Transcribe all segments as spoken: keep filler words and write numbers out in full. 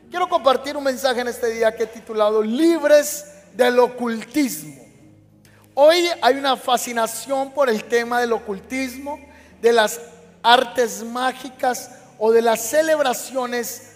Quiero compartir un mensaje en este día que he titulado Libres del ocultismo. Hoy hay una fascinación por el tema del ocultismo, de las artes mágicas o de las celebraciones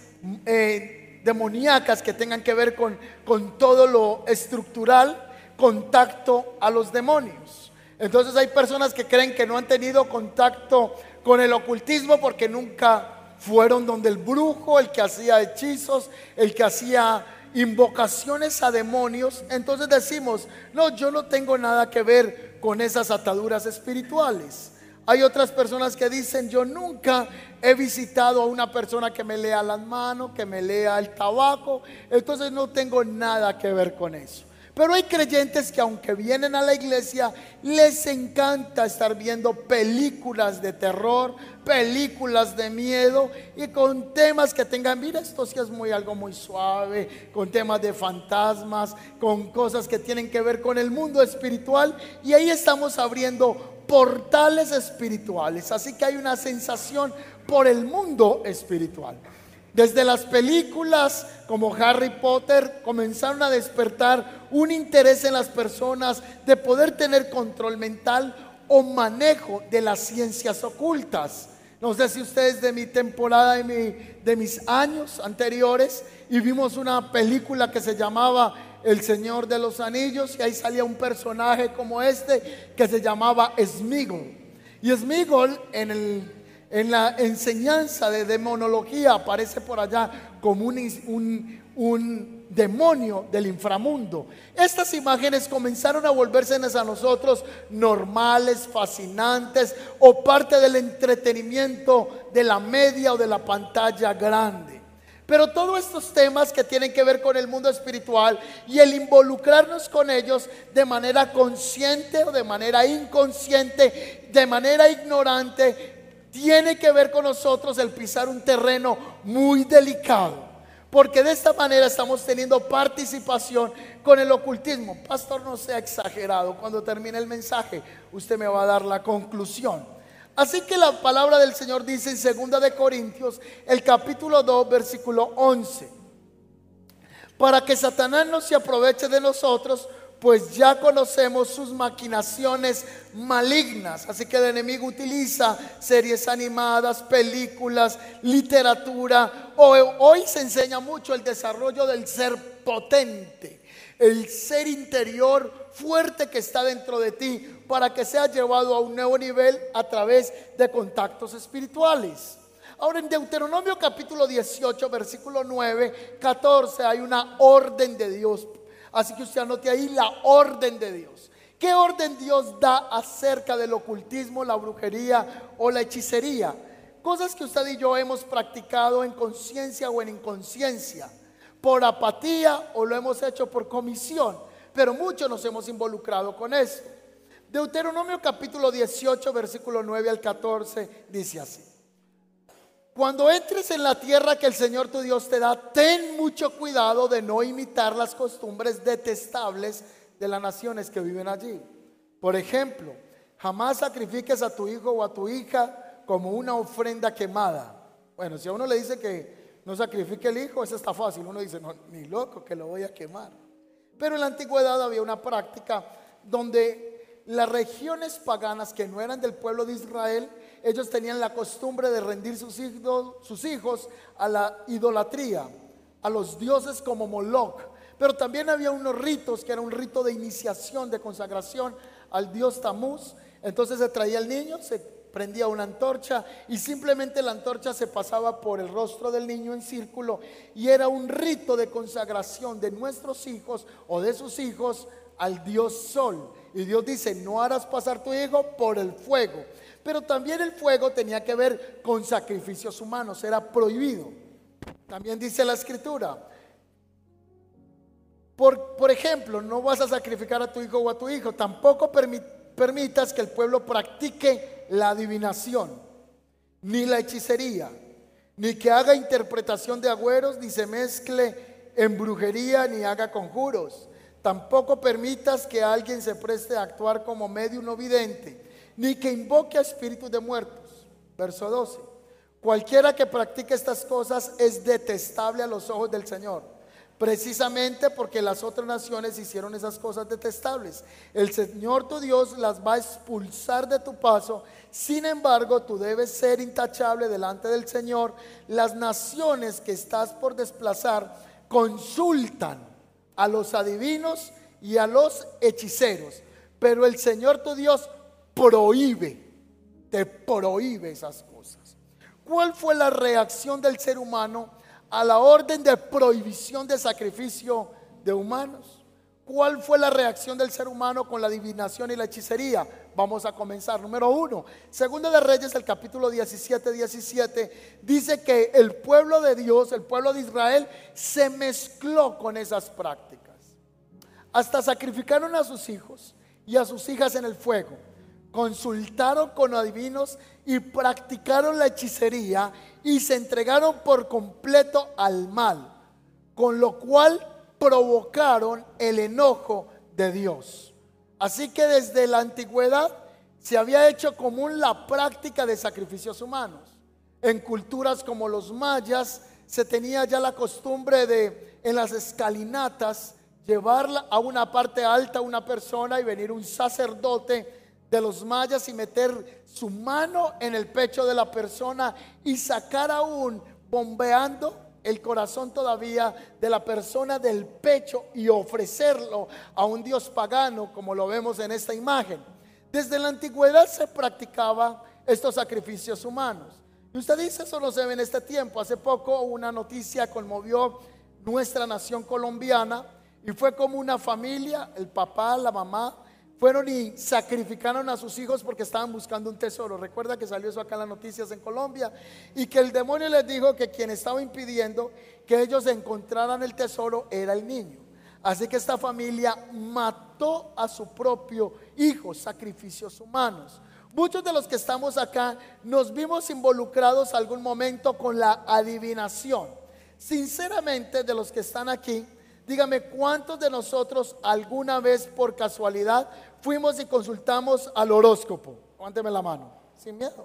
eh, demoníacas que tengan que ver con, con todo lo estructural, contacto a los demonios. Entonces hay personas que creen que no han tenido contacto con el ocultismo porque nunca fueron donde el brujo, el que hacía hechizos, el que hacía invocaciones a demonios. Entonces decimos, no, yo no tengo nada que ver con esas ataduras espirituales. Hay otras personas que dicen, yo nunca he visitado a una persona que me lea las manos, que me lea el tabaco, entonces no tengo nada que ver con eso. Pero hay creyentes que aunque vienen a la iglesia, les encanta estar viendo películas de terror, películas de miedo y con temas que tengan, mira, esto sí es muy algo muy suave, con temas de fantasmas, con cosas que tienen que ver con el mundo espiritual, y ahí estamos abriendo portales espirituales. Así que hay una sensación por el mundo espiritual. Desde las películas como Harry Potter comenzaron a despertar un interés en las personas de poder tener control mental o manejo de las ciencias ocultas. No sé si ustedes de mi temporada, de, mi, de mis años anteriores, y vimos una película que se llamaba El Señor de los Anillos, y ahí salía un personaje como este que se llamaba Sméagol. Y Sméagol en el En la enseñanza de demonología aparece por allá como un, un, un demonio del inframundo. Estas imágenes comenzaron a volverse a nosotros normales, fascinantes o parte del entretenimiento de la media o de la pantalla grande. Pero todos estos temas que tienen que ver con el mundo espiritual y el involucrarnos con ellos de manera consciente o de manera inconsciente, de manera ignorante, tiene que ver con nosotros el pisar un terreno muy delicado, porque de esta manera estamos teniendo participación con el ocultismo. Pastor, no sea exagerado, cuando termine el mensaje usted me va a dar la conclusión. Así que la palabra del Señor dice en segunda de Corintios, el capítulo dos, versículo once: para que Satanás no se aproveche de nosotros, pues ya conocemos sus maquinaciones malignas. Así que el enemigo utiliza series animadas, películas, literatura. Hoy se enseña mucho el desarrollo del ser potente, el ser interior fuerte que está dentro de ti, para que sea llevado a un nuevo nivel a través de contactos espirituales. Ahora en Deuteronomio capítulo dieciocho, versículo nueve, catorce, hay una orden de Dios. Así que usted anote ahí la orden de Dios. ¿Qué orden Dios da acerca del ocultismo, la brujería o la hechicería? Cosas que usted y yo hemos practicado en conciencia o en inconsciencia, por apatía o lo hemos hecho por comisión, pero muchos nos hemos involucrado con eso. Deuteronomio capítulo dieciocho, versículo nueve al catorce dice así: cuando entres en la tierra que el Señor tu Dios te da, ten mucho cuidado de no imitar las costumbres detestables de las naciones que viven allí. Por ejemplo, jamás sacrifiques a tu hijo o a tu hija como una ofrenda quemada. Bueno, si a uno le dice que no sacrifique el hijo, eso está fácil. Uno dice, no, ni loco que lo voy a quemar. Pero en la antigüedad había una práctica donde las regiones paganas que no eran del pueblo de Israel, ellos tenían la costumbre de rendir sus hijos, sus hijos a la idolatría, a los dioses como Moloch. Pero también había unos ritos que era un rito de iniciación, de consagración al dios Tamuz. Entonces se traía el niño, se prendía una antorcha y simplemente la antorcha se pasaba por el rostro del niño en círculo, y era un rito de consagración de nuestros hijos o de sus hijos al dios Sol. Y Dios dice, no harás pasar tu hijo por el fuego. Pero también el fuego tenía que ver con sacrificios humanos, era prohibido. También dice la escritura, por, por ejemplo, no vas a sacrificar a tu hijo o a tu hijo. Tampoco permi- permitas que el pueblo practique la adivinación, ni la hechicería, ni que haga interpretación de agüeros, ni se mezcle en brujería, ni haga conjuros. Tampoco permitas que alguien se preste a actuar como medium no vidente, ni que invoque a espíritus de muertos. Verso doce: Cualquiera que practique estas cosas es detestable a los ojos del Señor, precisamente porque las otras naciones hicieron esas cosas detestables. El Señor tu Dios las va a expulsar de tu paso. Sin embargo, tú debes ser intachable delante del Señor. Las naciones que estás por desplazar consultan a los adivinos y a los hechiceros, pero el Señor tu Dios prohíbe, te prohíbe esas cosas. ¿Cuál fue la reacción del ser humano a la orden de prohibición de sacrificio de humanos? ¿Cuál fue la reacción del ser humano con la adivinación y la hechicería? Vamos a comenzar. Número uno, Segunda de Reyes, el capítulo diecisiete, diecisiete, dice que el pueblo de Dios, el pueblo de Israel, se mezcló con esas prácticas. Hasta sacrificaron a sus hijos y a sus hijas en el fuego. Consultaron con adivinos y practicaron la hechicería y se entregaron por completo al mal, con lo cual provocaron el enojo de Dios. Así que desde la antigüedad se había hecho común la práctica de sacrificios humanos. En culturas como los mayas se tenía ya la costumbre de, en las escalinatas, llevarla a una parte alta a una persona y venir un sacerdote de los mayas y meter su mano en el pecho de la persona y sacar aún bombeando el corazón todavía de la persona del pecho y ofrecerlo a un dios pagano, como lo vemos en esta imagen. Desde la antigüedad se practicaban estos sacrificios humanos. Y usted dice, eso no se ve en este tiempo. Hace poco una noticia conmovió nuestra nación colombiana y fue como una familia, el papá, la mamá, fueron y sacrificaron a sus hijos porque estaban buscando un tesoro. Recuerda que salió eso acá en las noticias en Colombia, y que el demonio les dijo que quien estaba impidiendo que ellos encontraran el tesoro era el niño. Así que esta familia mató a su propio hijo, sacrificios humanos. Muchos de los que estamos acá nos vimos involucrados algún momento con la adivinación. Sinceramente, de los que están aquí, dígame, ¿cuántos de nosotros alguna vez por casualidad fuimos y consultamos al horóscopo? Levánteme la mano, sin miedo.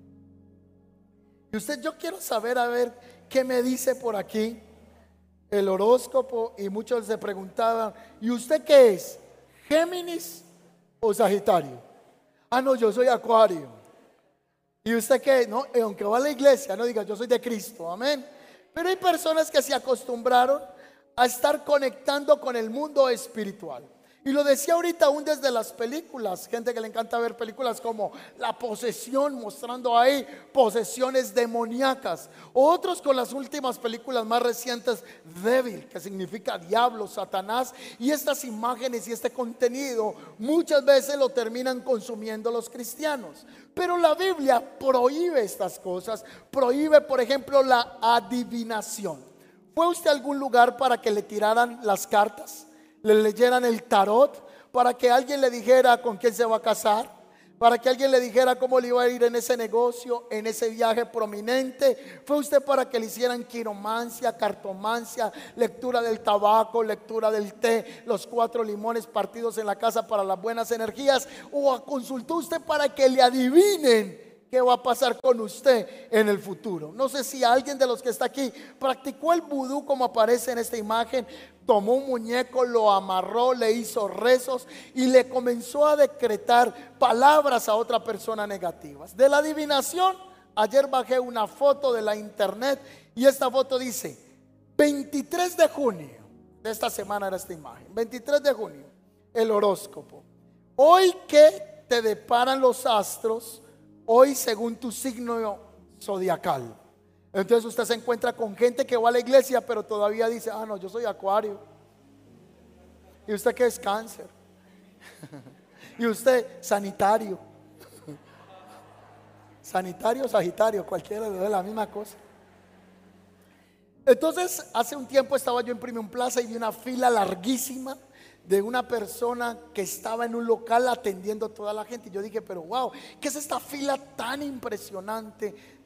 Y usted, yo quiero saber, a ver, ¿qué me dice por aquí el horóscopo? Y muchos se preguntaban, ¿y usted qué es? ¿Géminis o Sagitario? Ah, no, yo soy Acuario. ¿Y usted qué es? No, aunque va a la iglesia, no diga, yo soy de Cristo, amén. Pero hay personas que se acostumbraron a estar conectando con el mundo espiritual. Y lo decía ahorita aún desde las películas, gente que le encanta ver películas como La Posesión, mostrando ahí posesiones demoníacas. Otros con las últimas películas más recientes, Devil, que significa diablo, Satanás. Y estas imágenes y este contenido muchas veces lo terminan consumiendo los cristianos. Pero la Biblia prohíbe estas cosas. Prohíbe, por ejemplo, la adivinación. ¿Fue usted a algún lugar para que le tiraran las cartas? ¿Le leyeran el tarot? ¿Para que alguien le dijera con quién se va a casar? ¿Para que alguien le dijera cómo le iba a ir en ese negocio, en ese viaje prominente? ¿Fue usted para que le hicieran quiromancia, cartomancia, lectura del tabaco, lectura del té, los cuatro limones partidos en la casa para las buenas energías? ¿O consultó usted para que le adivinen qué va a pasar con usted en el futuro? No sé si alguien de los que está aquí practicó el vudú como aparece en esta imagen. Tomó un muñeco, lo amarró, le hizo rezos y le comenzó a decretar palabras a otra persona negativas. De la adivinación, ayer bajé una foto de la internet y esta foto dice veintitrés de junio de esta semana, era esta imagen, veintitrés de junio, el horóscopo. Hoy, ¿qué te deparan los astros? Hoy según tu signo zodiacal. Entonces usted se encuentra con gente que va a la iglesia pero todavía dice, ah no, yo soy Acuario. ¿Y usted qué es? Cáncer. ¿Y usted? Sanitario. Sanitario o Sagitario, cualquiera de la misma cosa. Entonces hace un tiempo estaba yo en Premium Plaza y vi una fila larguísima de una persona que estaba en un local atendiendo a toda la gente. Y yo dije, pero wow, ¿qué es esta fila tan impresionante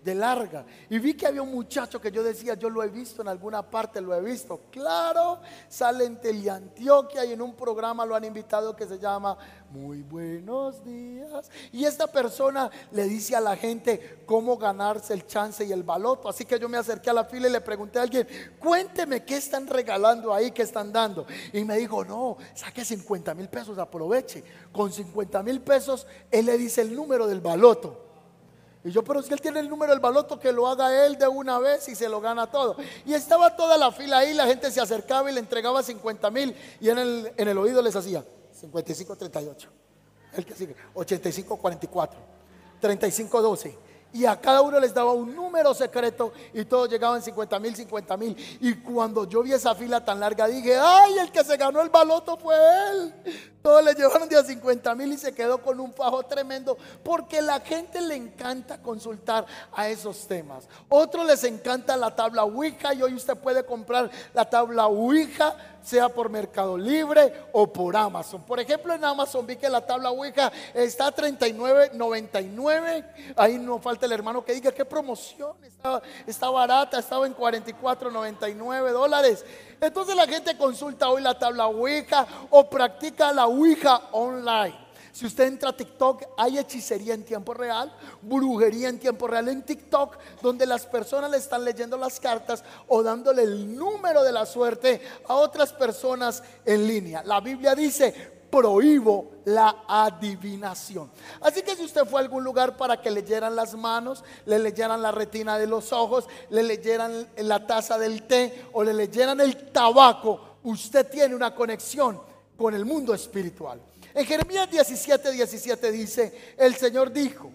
de larga. Y vi que había un muchacho que yo decía, yo lo he visto en alguna parte, lo he visto. Claro, sale en Teleantioquia y en un programa lo han invitado que se llama Muy Buenos Días. Y esta persona le dice a la gente cómo ganarse el chance y el baloto. Así que yo me acerqué a la fila y le pregunté a alguien, cuénteme qué están regalando ahí, qué están dando. Y me dijo, no, saque cincuenta mil pesos, aproveche. Con cincuenta mil pesos él le dice el número del baloto. Y yo, pero si él tiene el número del baloto, que lo haga él de una vez y se lo gana todo. Y estaba toda la fila ahí, la gente se acercaba y le entregaba cincuenta mil. Y en el, en el oído les hacía cincuenta y cinco treinta y ocho, el que sigue, ochenta y cinco cuarenta y cuatro, treinta y cinco doce. Y a cada uno les daba un número secreto y todos llegaban cincuenta mil, cincuenta mil. Y cuando yo vi esa fila tan larga dije, ay, el que se ganó el baloto fue él. Todos le llevaron de a cincuenta mil y se quedó con un fajo tremendo, porque la gente le encanta consultar a esos temas. Otros les encanta la tabla Ouija, y hoy usted puede comprar la tabla Ouija, sea por Mercado Libre o por Amazon. Por ejemplo, en Amazon vi que la tabla Ouija está a treinta y nueve noventa y nueve. Ahí no falta el hermano que diga qué promoción, está, está barata, estaba en cuarenta y cuatro noventa y nueve dólares. Entonces la gente consulta hoy la tabla Ouija o practica la Ouija online. Si usted entra a TikTok, hay hechicería en tiempo real, brujería en tiempo real en TikTok, donde las personas le están leyendo las cartas o dándole el número de la suerte a otras personas en línea. La Biblia dice, prohíbo la adivinación. Así que si usted fue a algún lugar para que leyeran las manos, le leyeran la retina de los ojos, le leyeran la taza del té o le leyeran el tabaco, usted tiene una conexión con el mundo espiritual. En Jeremías diecisiete, diecisiete dice, el Señor dijo,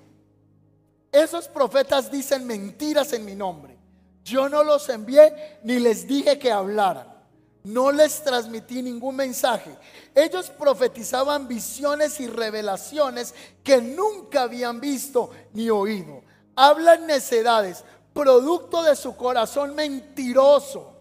esos profetas dicen mentiras en mi nombre. Yo no los envié ni les dije que hablaran. No les transmití ningún mensaje. Ellos profetizaban visiones y revelaciones que nunca habían visto ni oído. Hablan necedades, producto de su corazón mentiroso.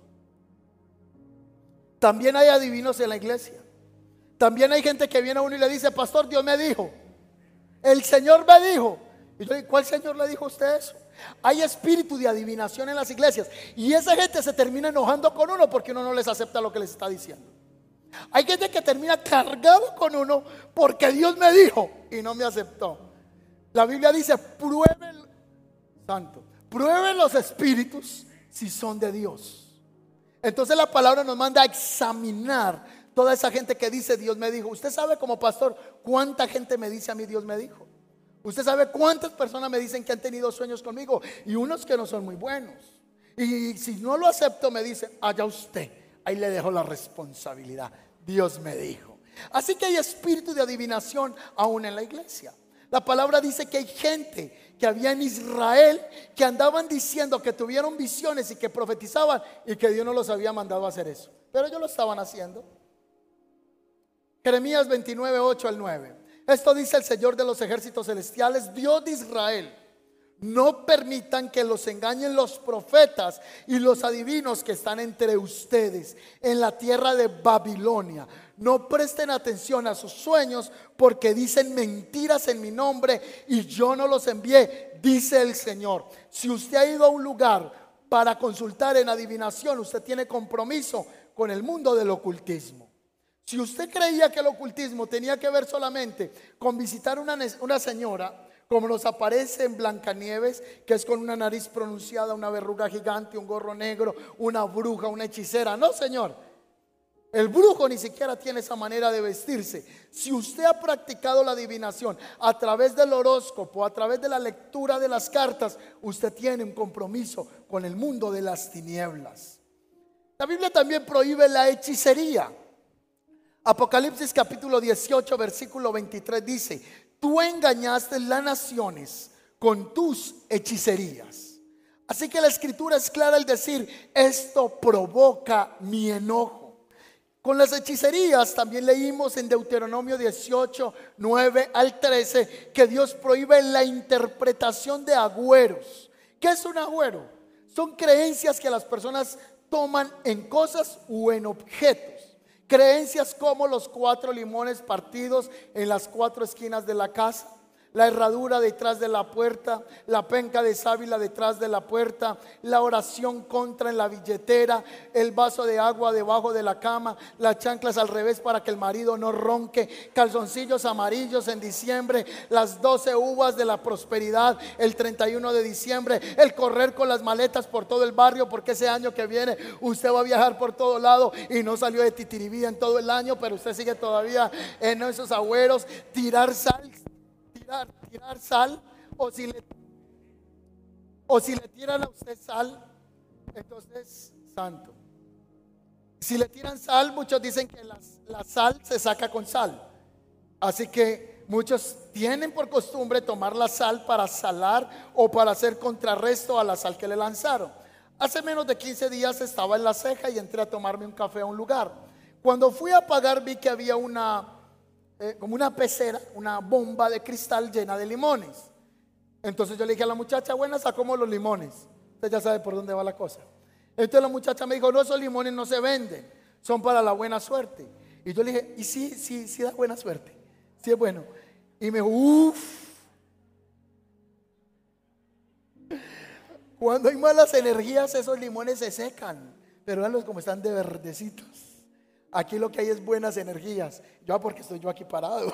También hay adivinos en la iglesia. También hay gente que viene a uno y le dice, pastor, Dios me dijo, el Señor me dijo. Y yo digo, ¿cuál Señor le dijo a usted eso? Hay espíritu de adivinación en las iglesias, y esa gente se termina enojando con uno porque uno no les acepta lo que les está diciendo. Hay gente que termina cargado con uno porque Dios me dijo y no me aceptó. La Biblia dice, prueben, santo, prueben los espíritus si son de Dios. Entonces la palabra nos manda a examinar toda esa gente que dice Dios me dijo. Usted sabe como pastor cuánta gente me dice a mí Dios me dijo. Usted sabe cuántas personas me dicen que han tenido sueños conmigo, y unos que no son muy buenos. Y si no lo acepto me dice, allá usted, ahí le dejo la responsabilidad. Dios me dijo. Así que hay espíritu de adivinación aún en la iglesia. La palabra dice que hay gente que había en Israel que andaban diciendo que tuvieron visiones y que profetizaban, y que Dios no los había mandado a hacer eso, pero ellos lo estaban haciendo. Jeremías veintinueve, ocho al nueve. Esto dice el Señor de los ejércitos celestiales, Dios de Israel: no permitan que los engañen los profetas y los adivinos que están entre ustedes en la tierra de Babilonia. No presten atención a sus sueños, porque dicen mentiras en mi nombre y yo no los envié, dice el Señor. Si usted ha ido a un lugar para consultar en adivinación, usted tiene compromiso con el mundo del ocultismo. Si usted creía que el ocultismo tenía que ver solamente con visitar una, una señora, como nos aparece en Blancanieves, que es con una nariz pronunciada, una verruga gigante, un gorro negro, una bruja, una hechicera. No, señor, el brujo ni siquiera tiene esa manera de vestirse. Si usted ha practicado la adivinación a través del horóscopo, a través de la lectura de las cartas, usted tiene un compromiso con el mundo de las tinieblas. La Biblia también prohíbe la hechicería. Apocalipsis capítulo dieciocho versículo veintitrés dice: tú engañaste las naciones con tus hechicerías. Así que la escritura es clara al decir: esto provoca mi enojo. Con las hechicerías también leímos en Deuteronomio dieciocho, nueve al trece, que Dios prohíbe la interpretación de agüeros. ¿Qué es un agüero? Son creencias que las personas toman en cosas o en objetos. Creencias como los cuatro limones partidos en las cuatro esquinas de la casa, la herradura detrás de la puerta, la penca de sábila detrás de la puerta, la oración contra en la billetera, el vaso de agua debajo de la cama, las chanclas al revés para que el marido no ronque, calzoncillos amarillos en diciembre, las doce uvas de la prosperidad el treinta y uno de diciembre, el correr con las maletas por todo el barrio, porque ese año que viene usted va a viajar por todo lado y no salió de titiribí en todo el año, pero usted sigue todavía en esos agüeros. Tirar sal, tirar, tirar sal, o si le o si le tiran a usted sal, entonces santo. Si le tiran sal, muchos dicen que la, la sal se saca con sal, así que muchos tienen por costumbre tomar la sal para salar o para hacer contrarresto a la sal que le lanzaron. Hace menos de quince días estaba en La Ceja y entré a tomarme un café a un lugar. Cuando fui a pagar vi que había una eh, como una pecera, una bomba de cristal llena de limones. Entonces yo le dije a la muchacha, buenas, ¿a cómo los limones? Usted ya sabe por dónde va la cosa. Entonces la muchacha me dijo, no, esos limones no se venden, son para la buena suerte. Y yo le dije, ¿y sí, sí, sí da buena suerte? Sí es bueno. Y me dijo, uff, cuando hay malas energías esos limones se secan, pero veanlos como están de verdecitos. Aquí lo que hay es buenas energías. Yo, porque estoy yo aquí parado.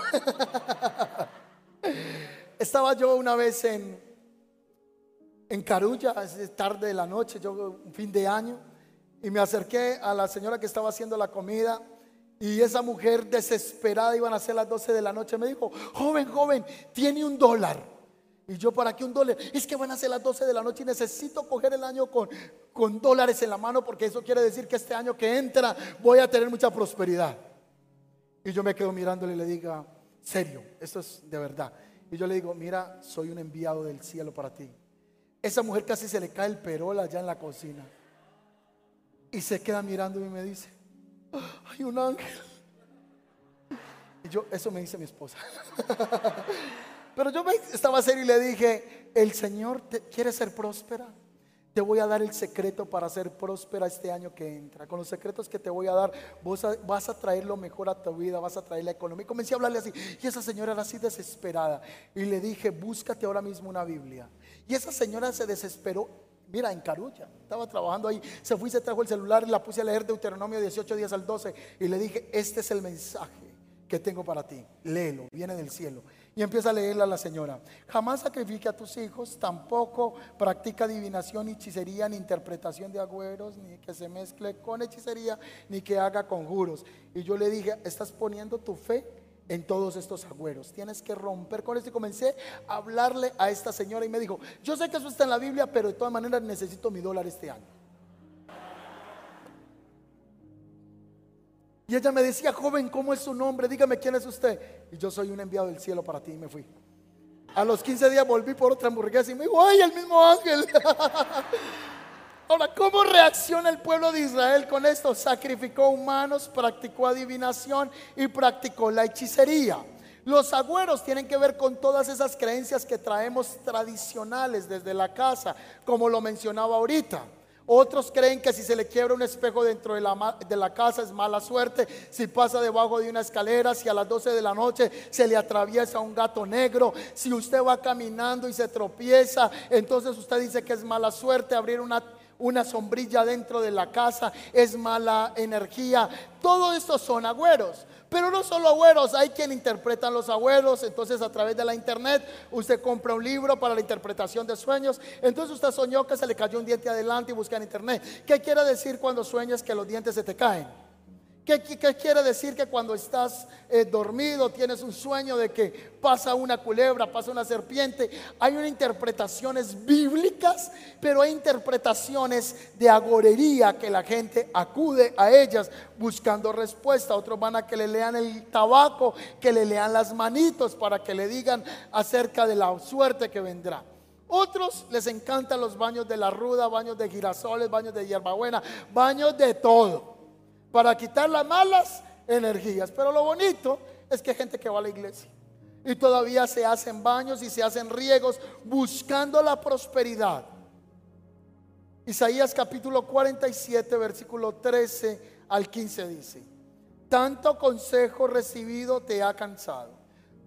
Estaba yo una vez en en Carulla, es tarde de la noche, yo un fin de año, y me acerqué a la señora que estaba haciendo la comida, y esa mujer desesperada, iban a ser las doce de la noche, me dijo, joven, joven, tiene un dólar. Y yo, ¿para qué un dólar? Es que van a ser las doce de la noche y necesito coger el año con, con dólares en la mano, porque eso quiere decir que este año que entra voy a tener mucha prosperidad. Y yo me quedo mirándole y le digo, serio, esto es de verdad. Y yo le digo, mira, soy un enviado del cielo para ti. Esa mujer casi se le cae el perol allá en la cocina y se queda mirando y me dice, hay un ángel. Y yo, eso me dice mi esposa. Pero yo me estaba serio y le dije, el Señor te, quiere ser próspera. Te voy a dar el secreto para ser próspera este año que entra. Con los secretos que te voy a dar, vos a, vas a traer lo mejor a tu vida, vas a traer la economía. Y comencé a hablarle así, y esa señora era así desesperada. Y le dije, búscate ahora mismo una Biblia. Y esa señora se desesperó. Mira, en Carulla, estaba trabajando ahí. Se fue y se trajo el celular y la puse a leer Deuteronomio dieciocho, diez al doce. Y le dije, este es el mensaje que tengo para ti, léelo, viene del cielo. Y empieza a leerla a la señora. Jamás sacrifique a tus hijos, tampoco practica adivinación, ni hechicería, ni interpretación de agüeros, ni que se mezcle con hechicería, ni que haga conjuros. Y yo le dije, estás poniendo tu fe en todos estos agüeros, tienes que romper con esto. Y comencé a hablarle a esta señora y me dijo, yo sé que eso está en la Biblia, pero de todas maneras necesito mi dólar este año. Y ella me decía, joven, ¿cómo es su nombre? Dígame quién es usted. Y yo soy un enviado del cielo para ti, y me fui. A los quince días volví por otra hamburguesa y me dijo, ¡ay, el mismo ángel! Ahora, ¿cómo reacciona el pueblo de Israel con esto? Sacrificó humanos, practicó adivinación y practicó la hechicería. Los agüeros tienen que ver con todas esas creencias que traemos tradicionales desde la casa, como lo mencionaba ahorita. Otros creen que si se le quiebra un espejo dentro de la, de la casa es mala suerte. Si pasa debajo de una escalera, si a las doce de la noche se le atraviesa un gato negro, si usted va caminando y se tropieza, entonces usted dice que es mala suerte. Abrir una, una sombrilla dentro de la casa es mala energía. Todo esto son agüeros. Pero no solo agüeros, hay quien interpretan los agüeros. Entonces a través de la internet usted compra un libro para la interpretación de sueños. Entonces usted soñó que se le cayó un diente adelante y busca en internet. ¿Qué quiere decir cuando sueñas que los dientes se te caen? ¿Qué, qué, qué quiere decir que cuando estás eh, dormido tienes un sueño de que pasa una culebra, pasa una serpiente? Hay unas interpretaciones bíblicas, pero hay interpretaciones de agorería que la gente acude a ellas buscando respuesta. Otros van a que le lean el tabaco, que le lean las manitos para que le digan acerca de la suerte que vendrá. Otros les encantan los baños de la ruda, baños de girasoles, baños de hierbabuena, baños de todo, para quitar las malas energías. Pero lo bonito es que hay gente que va a la iglesia y todavía se hacen baños y se hacen riegos buscando la prosperidad. Isaías capítulo cuarenta y siete versículo trece al quince dice: tanto consejo recibido te ha cansado,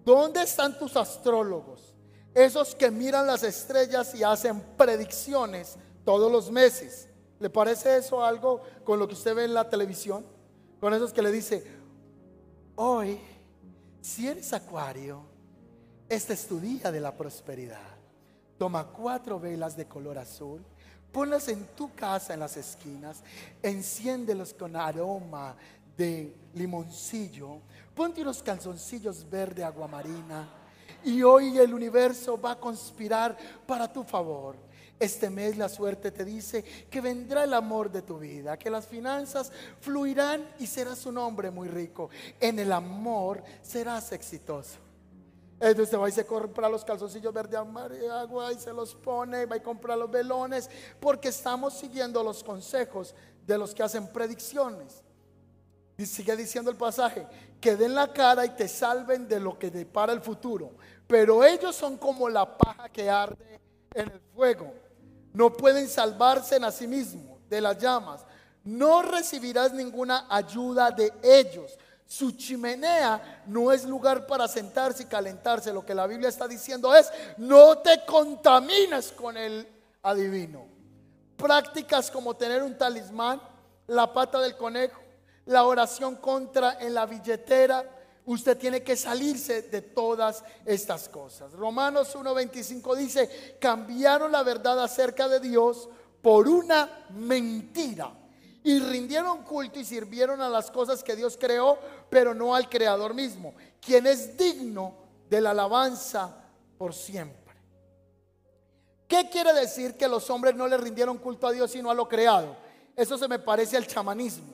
¿Dónde están tus astrólogos? Esos que miran las estrellas y hacen predicciones todos los meses. ¿Le parece eso algo con lo que usted ve en la televisión? Con esos que le dice: hoy, si eres Acuario, este es tu día de la prosperidad. Toma cuatro velas de color azul, ponlas en tu casa en las esquinas, enciéndelos con aroma de limoncillo, ponte unos calzoncillos verde aguamarina, y hoy el universo va a conspirar para tu favor. Este mes la suerte te dice que vendrá el amor de tu vida, que las finanzas fluirán y serás un hombre muy rico. En el amor serás exitoso. Entonces va y se compra los calzoncillos verde agua y se los pone, va y compra los velones, porque estamos siguiendo los consejos de los que hacen predicciones. Y sigue diciendo el pasaje: que den la cara y te salven de lo que depara el futuro, pero ellos son como la paja que arde en el fuego, no pueden salvarse en a sí mismos de las llamas, no recibirás ninguna ayuda de ellos. Su chimenea no es lugar para sentarse y calentarse. Lo que la Biblia está diciendo es: no te contamines con el adivino. Prácticas como tener un talismán, la pata del conejo, la oración contra en la billetera. Usted tiene que salirse de todas estas cosas. Romanos uno veinticinco dice: cambiaron la verdad acerca de Dios por una mentira, y rindieron culto y sirvieron a las cosas que Dios creó, pero no al Creador mismo, quien es digno de la alabanza por siempre. ¿Qué quiere decir que los hombres no le rindieron culto a Dios sino a lo creado? Eso se me parece al chamanismo.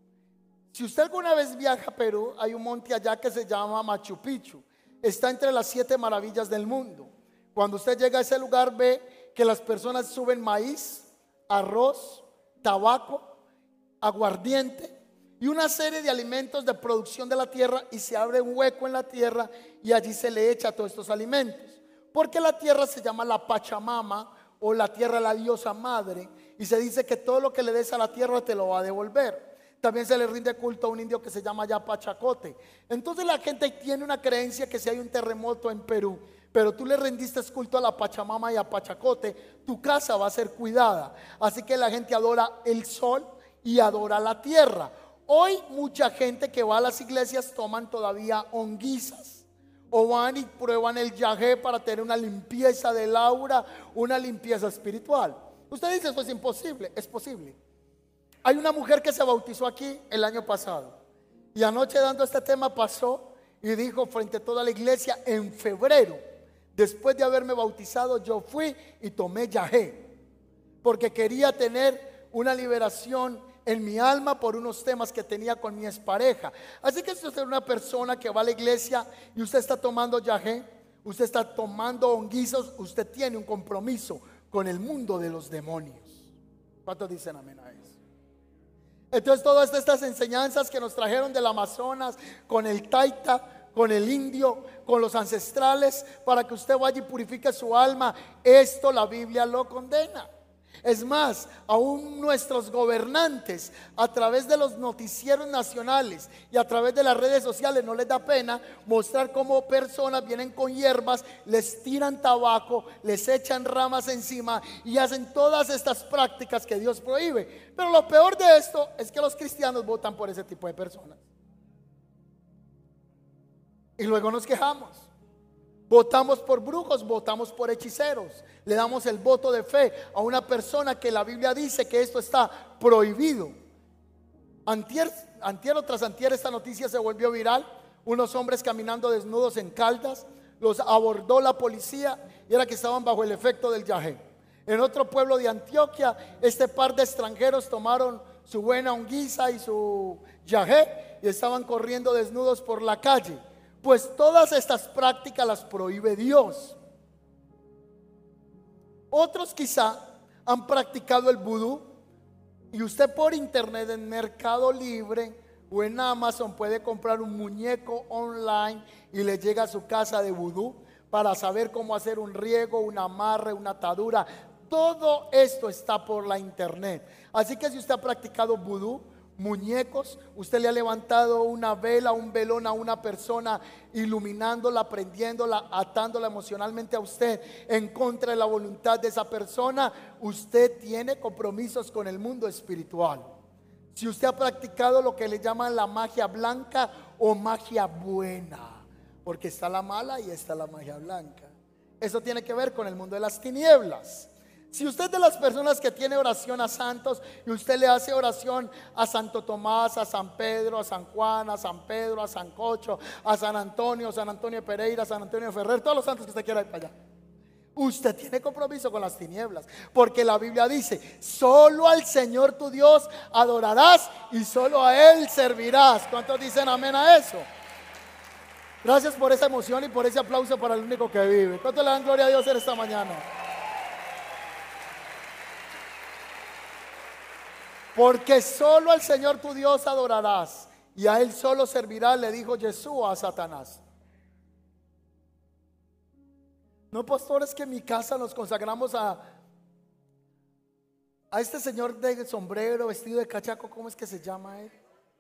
Si usted alguna vez viaja a Perú, hay un monte allá que se llama Machu Picchu. Está entre las siete maravillas del mundo. Cuando usted llega a ese lugar, ve que las personas suben maíz, arroz, tabaco, aguardiente y una serie de alimentos de producción de la tierra, y se abre un hueco en la tierra y allí se le echa todos estos alimentos, porque la tierra se llama la Pachamama, o la tierra la diosa madre, y se dice que todo lo que le des a la tierra te lo va a devolver. También se le rinde culto a un indio que se llama ya Pachacote. Entonces la gente tiene una creencia que si hay un terremoto en Perú, pero tú le rendiste culto a la Pachamama y a Pachacote, tu casa va a ser cuidada. Así que la gente adora el sol y adora la tierra. Hoy mucha gente que va a las iglesias toman todavía honguizas, o van y prueban el yagé para tener una limpieza del aura, una limpieza espiritual. Usted dice: eso es imposible. Es posible. Hay una mujer que se bautizó aquí el año pasado, y anoche, dando este tema, pasó y dijo frente a toda la iglesia: en febrero, después de haberme bautizado, yo fui y tomé yagé, porque quería tener una liberación en mi alma por unos temas que tenía con mi expareja. Así que si usted es una persona que va a la iglesia y usted está tomando yagé, usted está tomando honguizos, usted tiene un compromiso con el mundo de los demonios. ¿Cuántos dicen amén a eso? Entonces todas estas enseñanzas que nos trajeron del Amazonas, con el taita, con el indio, con los ancestrales, para que usted vaya y purifique su alma, esto la Biblia lo condena. Es más, aún nuestros gobernantes, a través de los noticieros nacionales y a través de las redes sociales, no les da pena mostrar cómo personas vienen con hierbas, les tiran tabaco, les echan ramas encima y hacen todas estas prácticas que Dios prohíbe. Pero lo peor de esto es que los cristianos votan por ese tipo de personas. Y luego nos quejamos. Votamos por brujos, votamos por hechiceros. Le damos el voto de fe a una persona que la Biblia dice que esto está prohibido. Antier, antier o tras antier esta noticia se volvió viral. Unos hombres caminando desnudos en Caldas, los abordó la policía y era que estaban bajo el efecto del yagé. En otro pueblo de Antioquia, este par de extranjeros tomaron su buena honguiza y su yagé y estaban corriendo desnudos por la calle. Pues todas estas prácticas las prohíbe Dios. Otros quizá han practicado el vudú, y usted por internet en Mercado Libre o en Amazon puede comprar un muñeco online y le llega a su casa de vudú para saber cómo hacer un riego, un amarre, una atadura. Todo esto está por la internet. Así que si usted ha practicado vudú, muñecos. Usted le ha levantado una vela, un velón a una persona, iluminándola, prendiéndola, atándola emocionalmente a usted en contra de la voluntad de esa persona. Usted tiene compromisos con el mundo espiritual. Si usted ha practicado lo que le llaman la magia blanca o magia buena, porque está la mala y está la magia blanca. Eso tiene que ver con el mundo de las tinieblas. Si usted es de las personas que tiene oración a santos y usted le hace oración a Santo Tomás, a San Pedro, a San Juan, a San Pedro, a San Cocho, a San Antonio, San Antonio Pereira, San Antonio Ferrer, todos los santos que usted quiera ir para allá, usted tiene compromiso con las tinieblas, porque la Biblia dice: solo al Señor tu Dios adorarás y solo a Él servirás. ¿Cuántos dicen amén a eso? Gracias por esa emoción y por ese aplauso para el único que vive. ¿Cuántos le dan gloria a Dios en esta mañana? Porque solo al Señor tu Dios adorarás y a Él solo servirás, le dijo Jesús a Satanás. No, pastores, que en mi casa nos consagramos a a este señor de sombrero, vestido de cachaco. ¿Cómo es que se llma él?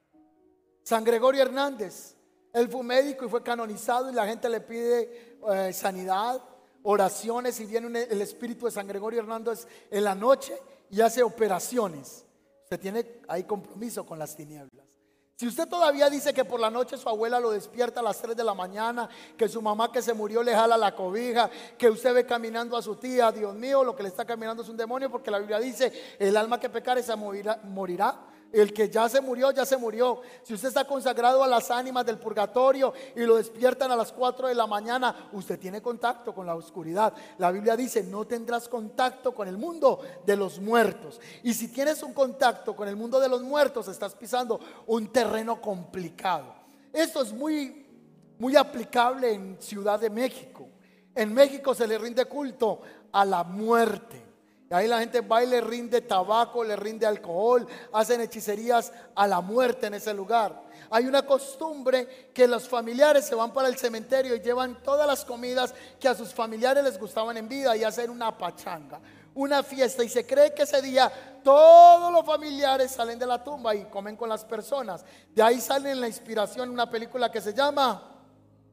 San Gregorio Hernández. Él fue médico y fue canonizado, y la gente le pide eh, sanidad, oraciones, y viene un, el espíritu de San Gregorio Hernández en la noche y hace operaciones. Usted tiene ahí compromiso con las tinieblas. Si usted todavía dice que por la noche su abuela lo despierta a las tres de la mañana, que su mamá que se murió le jala la cobija, que usted ve caminando a su tía, Dios mío, lo que le está caminando es un demonio, porque la Biblia dice: el alma que pecare se morirá, morirá. El que ya se murió, ya se murió. Si usted está consagrado a las ánimas del purgatorio y lo despiertan a las cuatro de la mañana, usted tiene contacto con la oscuridad. La Biblia dice: no tendrás contacto con el mundo de los muertos. Y si tienes un contacto con el mundo de los muertos, estás pisando un terreno complicado. Esto es muy, muy aplicable en Ciudad de México. En México se le rinde culto a la muerte. Ahí la gente va y le rinde tabaco, le rinde alcohol, hacen hechicerías a la muerte en ese lugar. Hay una costumbre que los familiares se van para el cementerio y llevan todas las comidas que a sus familiares les gustaban en vida, y hacen una pachanga, una fiesta, y se cree que ese día todos los familiares salen de la tumba y comen con las personas. De ahí sale la inspiración una película que se llama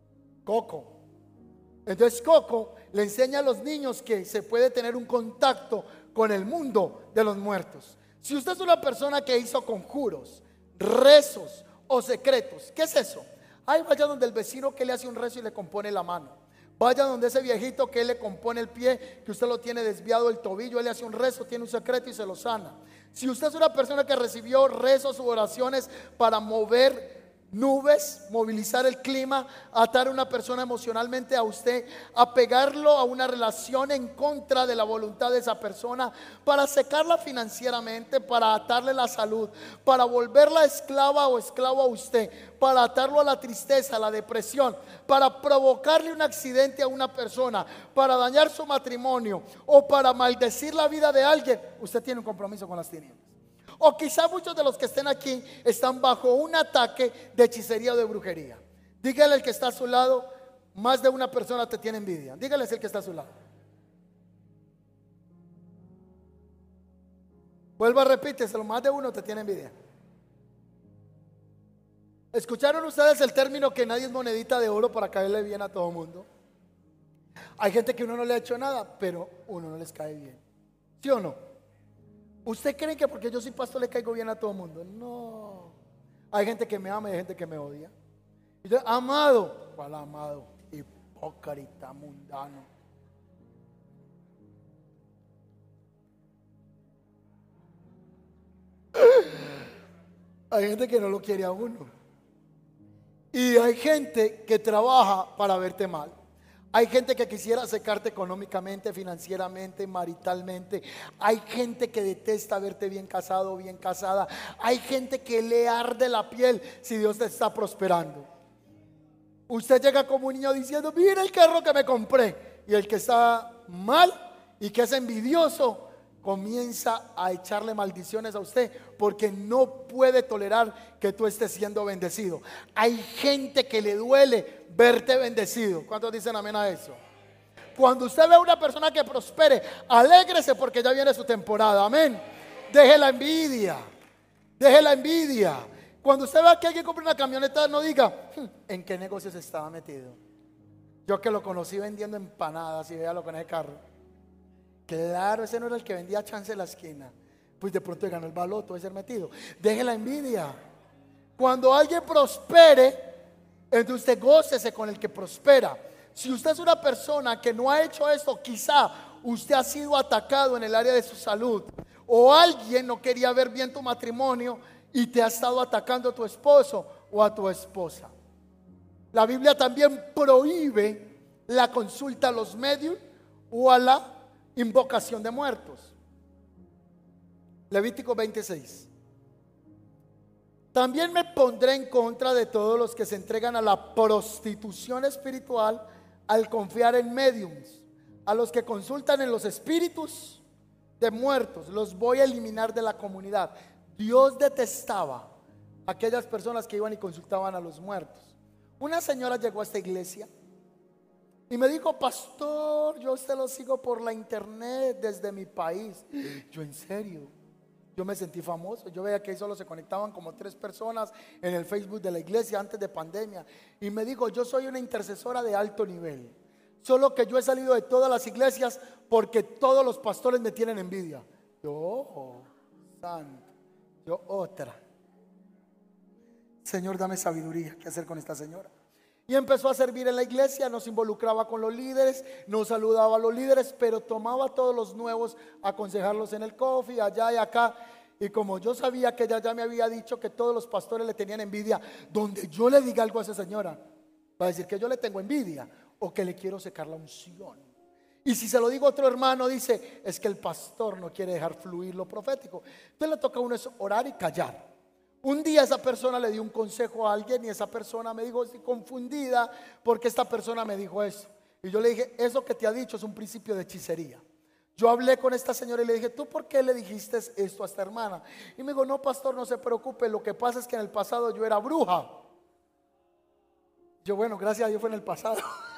Coco. Entonces Coco le enseña a los niños que se puede tener un contacto con el mundo de los muertos. Si usted es una persona que hizo conjuros, rezos o secretos, ¿qué es eso? Ay, vaya donde el vecino que le hace un rezo y le compone la mano. Vaya donde ese viejito que le compone el pie, que usted lo tiene desviado el tobillo, él le hace un rezo, tiene un secreto y se lo sana. Si usted es una persona que recibió rezos u oraciones para mover nubes, movilizar el clima, atar a una persona emocionalmente a usted, apegarlo a una relación en contra de la voluntad de esa persona, para secarla financieramente, para atarle la salud, para volverla esclava o esclavo a usted, para atarlo a la tristeza, a la depresión, para provocarle un accidente a una persona, para dañar su matrimonio o para maldecir la vida de alguien, usted tiene un compromiso con las tinieblas. O quizá muchos de los que estén aquí están bajo un ataque de hechicería o de brujería. Dígale al que está a su lado: más de una persona te tiene envidia. Dígale al que está a su lado. Vuelva, repíteselo: más de uno te tiene envidia. ¿Escucharon ustedes el término que nadie es monedita de oro para caerle bien a todo el mundo? Hay gente que uno no le ha hecho nada, pero uno no les cae bien. ¿Sí o no? ¿Usted cree que porque yo soy pastor le caigo bien a todo el mundo? No. Hay gente que me ama y hay gente que me odia. Y yo, amado, ¿cuál amado? Hipócrita, mundano. Hay gente que no lo quiere a uno. Y hay gente que trabaja para verte mal. Hay gente que quisiera secarte económicamente, financieramente, maritalmente. Hay gente que detesta verte bien casado o bien casada. Hay gente que le arde la piel si Dios te está prosperando. Usted llega como un niño diciendo: mira el carro que me compré. Y el que está mal y que es envidioso comienza a echarle maldiciones a usted, porque no puede tolerar que tú estés siendo bendecido. Hay gente que le duele verte bendecido. ¿Cuántos dicen amén a eso? Cuando usted ve a una persona que prospere, alégrese porque ya viene su temporada. Amén. Deje la envidia. Deje la envidia. Cuando usted vea que alguien compra una camioneta, no diga, "Hmm, ¿en qué negocios estaba metido? Yo que lo conocí vendiendo empanadas y véalo con ese carro. Claro, ese no era el que vendía chance en la esquina. Pues de pronto ganó el baloto, de ser metido. Deje la envidia. Cuando alguien prospere, entonces usted gócese con el que prospera. Si usted es una persona que no ha hecho esto, quizá usted ha sido atacado en el área de su salud, o alguien no quería ver bien tu matrimonio y te ha estado atacando a tu esposo o a tu esposa. La Biblia también prohíbe la consulta a los medios o a la invocación de muertos. Levítico veintiséis. También me pondré en contra de todos los que se entregan a la prostitución espiritual al confiar en mediums, a los que consultan en los espíritus de muertos, los voy a eliminar de la comunidad. Dios detestaba a aquellas personas que iban y consultaban a los muertos. Una señora llegó a esta iglesia y me dijo, pastor, yo a usted lo sigo por la internet desde mi país. Yo, en serio, yo me sentí famoso. Yo veía que ahí solo se conectaban como tres personas en el Facebook de la iglesia antes de pandemia. Y me dijo, yo soy una intercesora de alto nivel, solo que yo he salido de todas las iglesias porque todos los pastores me tienen envidia. Yo, oh, santo, yo otra. Señor, dame sabiduría. ¿Qué hacer con esta señora? Y empezó a servir en la iglesia, nos involucraba con los líderes, nos saludaba a los líderes, pero tomaba a todos los nuevos a aconsejarlos en el coffee, allá y acá. Y como yo sabía que ella ya me había dicho que todos los pastores le tenían envidia, donde yo le diga algo a esa señora, va a decir que yo le tengo envidia o que le quiero secar la unción. Y si se lo digo a otro hermano, dice, es que el pastor no quiere dejar fluir lo profético. Entonces le toca a uno es orar y callar. Un día esa persona le dio un consejo a alguien y esa persona me dijo, estoy confundida porque esta persona me dijo eso. Y yo le dije, eso que te ha dicho es un principio de hechicería. Yo hablé con esta señora y le dije, ¿tú por qué le dijiste esto a esta hermana? Y me dijo, no, pastor, no se preocupe, lo que pasa es que en el pasado yo era bruja. Yo, bueno, gracias a Dios fue en el pasado.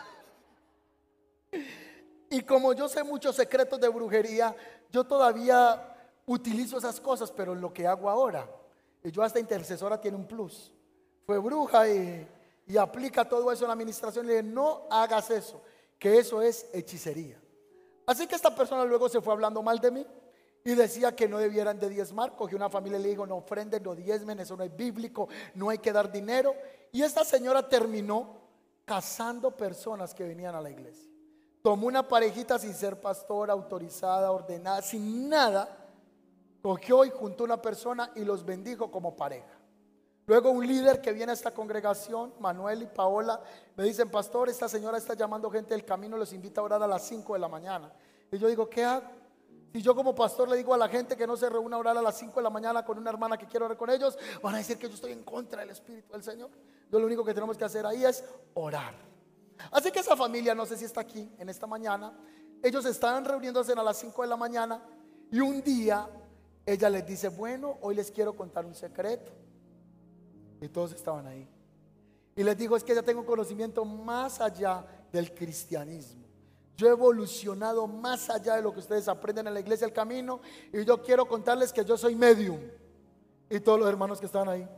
Y como yo sé muchos secretos de brujería, yo todavía utilizo esas cosas, pero lo que hago ahora, y yo, esta intercesora tiene un plus, fue bruja y, y aplica todo eso en la administración. Le dije, no hagas eso, que eso es hechicería. Así que esta persona luego se fue hablando mal de mí y decía que no debieran de diezmar. Cogió una familia y le dijo, no ofrenden, no diezmen, eso no es bíblico, no hay que dar dinero. Y esta señora terminó casando personas que venían a la iglesia. Tomó una parejita sin ser pastora, autorizada, ordenada, sin nada. Cogió y juntó una persona y los bendijo como pareja. Luego un líder que viene a esta congregación, Manuel y Paola, me dicen, pastor, esta señora está llamando gente del camino, los invita a orar a las cinco de la mañana. Y yo digo, ¿qué hago? Si yo como pastor le digo a la gente que no se reúna a orar a las cinco de la mañana con una hermana que quiero orar con ellos, van a decir que yo estoy en contra del Espíritu del Señor. Yo lo único que tenemos que hacer ahí es orar. Así que esa familia, no sé si está aquí en esta mañana, ellos estaban reuniéndose a las cinco de la mañana y un día ella les dice, bueno, hoy les quiero contar un secreto. Y todos estaban ahí. Y les digo, es que ya tengo conocimiento más allá del cristianismo. Yo he evolucionado más allá de lo que ustedes aprenden en la iglesia del camino. Y yo quiero contarles que yo soy medium. Y todos los hermanos que estaban ahí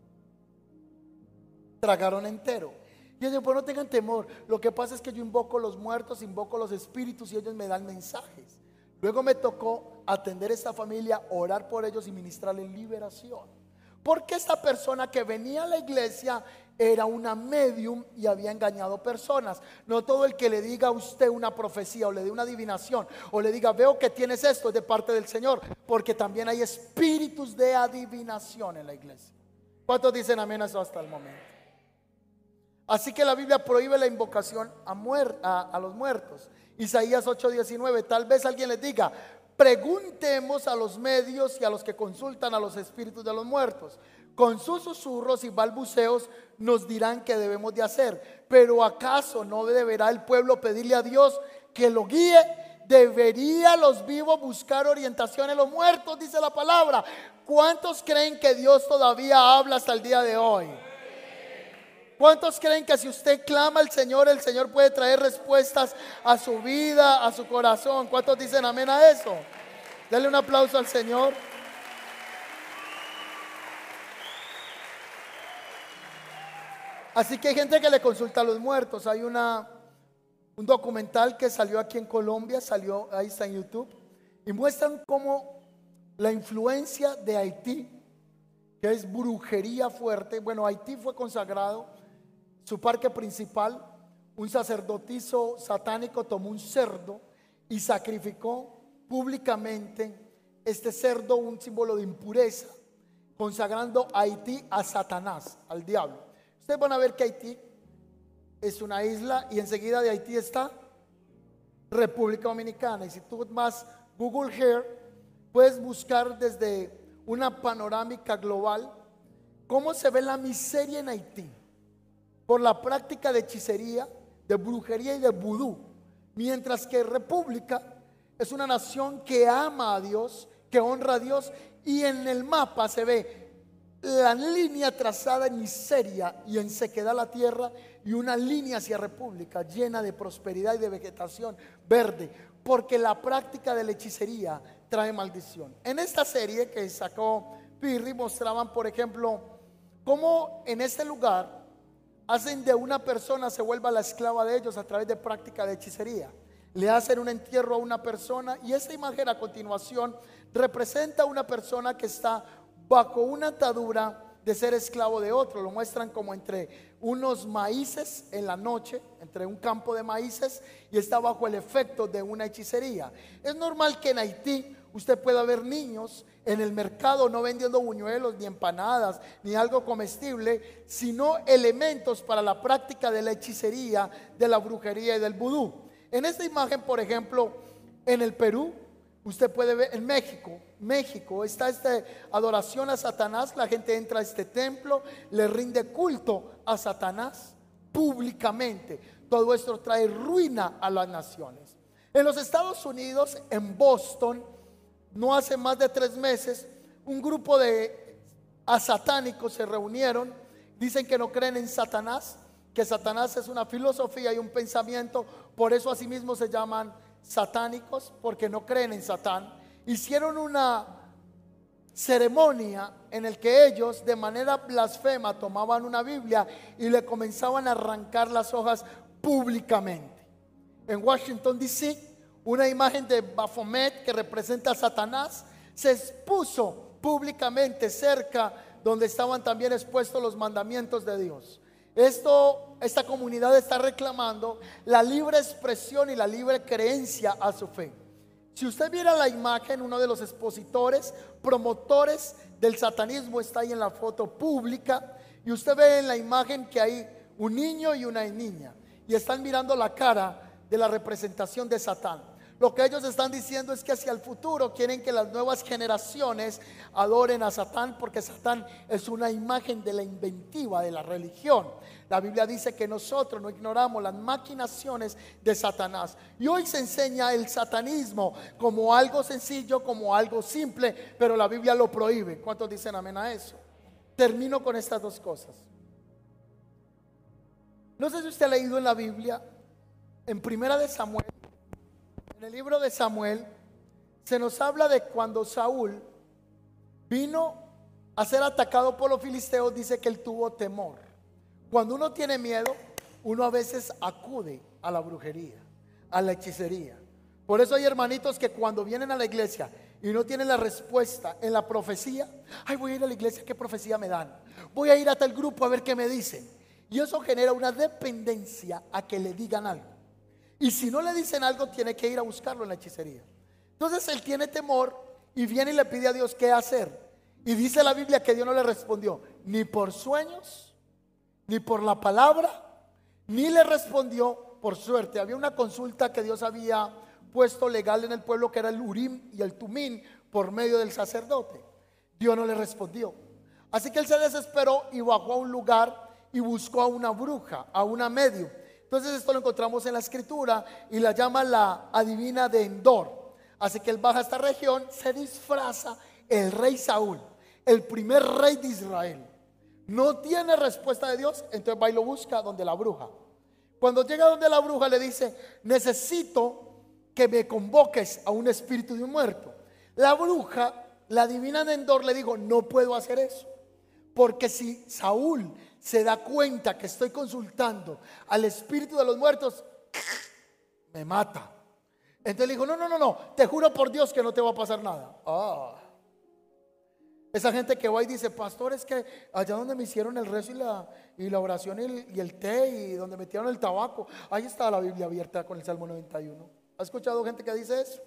tragaron entero. Y ellos, pues no tengan temor. Lo que pasa es que yo invoco los muertos, invoco los espíritus y ellos me dan mensajes. Luego me tocó atender a esta familia, orar por ellos y ministrarles liberación. Porque esta persona que venía a la iglesia era una medium y había engañado personas. No todo el que le diga a usted una profecía o le dé una adivinación o le diga, veo que tienes esto, es de parte del Señor. Porque también hay espíritus de adivinación en la iglesia. ¿Cuántos dicen amén a eso hasta el momento? Así que la Biblia prohíbe la invocación a, muer- a, a los muertos. Isaías ocho diecinueve, tal vez alguien les diga, preguntemos a los medios y a los que consultan a los espíritus de los muertos. Con sus susurros y balbuceos nos dirán qué debemos de hacer. Pero ¿acaso no deberá el pueblo pedirle a Dios que lo guíe? ¿Debería los vivos buscar orientación en los muertos? Dice la palabra. ¿Cuántos creen que Dios todavía habla hasta el día de hoy? ¿Cuántos creen que si usted clama al Señor, el Señor puede traer respuestas a su vida, a su corazón? ¿Cuántos dicen amén a eso? Denle un aplauso al Señor. Así que hay gente que le consulta a los muertos. Hay una, un documental que salió aquí en Colombia, salió, ahí está en YouTube, y muestran cómo la influencia de Haití, que es brujería fuerte. Bueno, Haití fue consagrado, su parque principal, un sacerdotisa satánico tomó un cerdo y sacrificó públicamente este cerdo, un símbolo de impureza, consagrando a Haití a Satanás, al diablo. Ustedes van a ver que Haití es una isla y enseguida de Haití está República Dominicana. Y si tú vas Google Earth, puedes buscar desde una panorámica global cómo se ve la miseria en Haití por la práctica de hechicería, de brujería y de vudú, mientras que República es una nación que ama a Dios, que honra a Dios, y en el mapa se ve la línea trazada en miseria y en sequedad la tierra, y una línea hacia República llena de prosperidad y de vegetación verde, porque la práctica de la hechicería trae maldición. En esta serie que sacó Pirri mostraban, por ejemplo, cómo en este lugar hacen de una persona se vuelva la esclava de ellos a través de práctica de hechicería. Le hacen un entierro a una persona, y esta imagen a continuación representa a una persona que está bajo una atadura de ser esclavo de otro. Lo muestran como entre unos maíces en la noche, entre un campo de maíces, y está bajo el efecto de una hechicería. Es normal que en Haití usted pueda ver niños en el mercado no vendiendo buñuelos, ni empanadas, ni algo comestible, sino elementos para la práctica de la hechicería, de la brujería y del vudú. En esta imagen, por ejemplo, en el Perú, usted puede ver en México, México está esta adoración a Satanás. La gente entra a este templo, le rinde culto a Satanás públicamente. Todo esto trae ruina a las naciones. En los Estados Unidos, en Boston, no hace más de tres meses, un grupo de asatánicos se reunieron. Dicen que no creen en Satanás, que Satanás es una filosofía y un pensamiento. Por eso asimismo se llaman satánicos, porque no creen en Satán. Hicieron una ceremonia en el que ellos de manera blasfema tomaban una Biblia y le comenzaban a arrancar las hojas públicamente. En Washington D C, una imagen de Baphomet que representa a Satanás se expuso públicamente cerca donde estaban también expuestos los mandamientos de Dios. Esto, esta comunidad está reclamando la libre expresión y la libre creencia a su fe. Si usted viera la imagen, uno de los expositores, promotores del satanismo está ahí en la foto pública, y usted ve en la imagen que hay un niño y una niña, y están mirando la cara de la representación de Satán. Lo que ellos están diciendo es que hacia el futuro quieren que las nuevas generaciones adoren a Satán, porque Satán es una imagen de la inventiva de la religión. La Biblia dice que nosotros no ignoramos las maquinaciones de Satanás. Y hoy se enseña el satanismo como algo sencillo, como algo simple, pero la Biblia lo prohíbe. ¿Cuántos dicen amén a eso? Termino con estas dos cosas. No sé si usted ha leído en la Biblia, en Primera de Samuel, en el libro de Samuel, se nos habla de cuando Saúl vino a ser atacado por los filisteos. Dice que él tuvo temor. Cuando uno tiene miedo, uno a veces acude a la brujería, a la hechicería. Por eso hay hermanitos que cuando vienen a la iglesia y no tienen la respuesta en la profecía, ay, voy a ir a la iglesia, ¿qué profecía me dan? Voy a ir a tal grupo a ver qué me dicen. Y eso genera una dependencia a que le digan algo. Y si no le dicen algo, tiene que ir a buscarlo en la hechicería. Entonces él tiene temor y viene y le pide a Dios qué hacer. Y dice la Biblia que Dios no le respondió ni por sueños, ni por la palabra, ni le respondió por suerte. Había una consulta que Dios había puesto legal en el pueblo, que era el Urim y el Tumín, por medio del sacerdote. Dios no le respondió. Así que él se desesperó y bajó a un lugar y buscó a una bruja, a una medium. Entonces esto lo encontramos en la escritura y la llama la adivina de Endor. Así que él baja a esta región, se disfraza el rey Saúl, el primer rey de Israel. No tiene respuesta de Dios, entonces va y lo busca donde la bruja. Cuando llega donde la bruja le dice: necesito que me convoques a un espíritu de un muerto. La bruja, la adivina de Endor, le dijo: no puedo hacer eso, porque si Saúl se da cuenta que estoy consultando al espíritu de los muertos, me mata. Entonces le dijo, no, no, no, no, te juro por Dios que no te va a pasar nada. Ah. Esa gente que va y dice, pastor, es que allá donde me hicieron el rezo y la, y la oración y el, y el té y donde metieron el tabaco, ahí está la Biblia abierta con el Salmo noventa y uno. ¿Has escuchado gente que dice eso?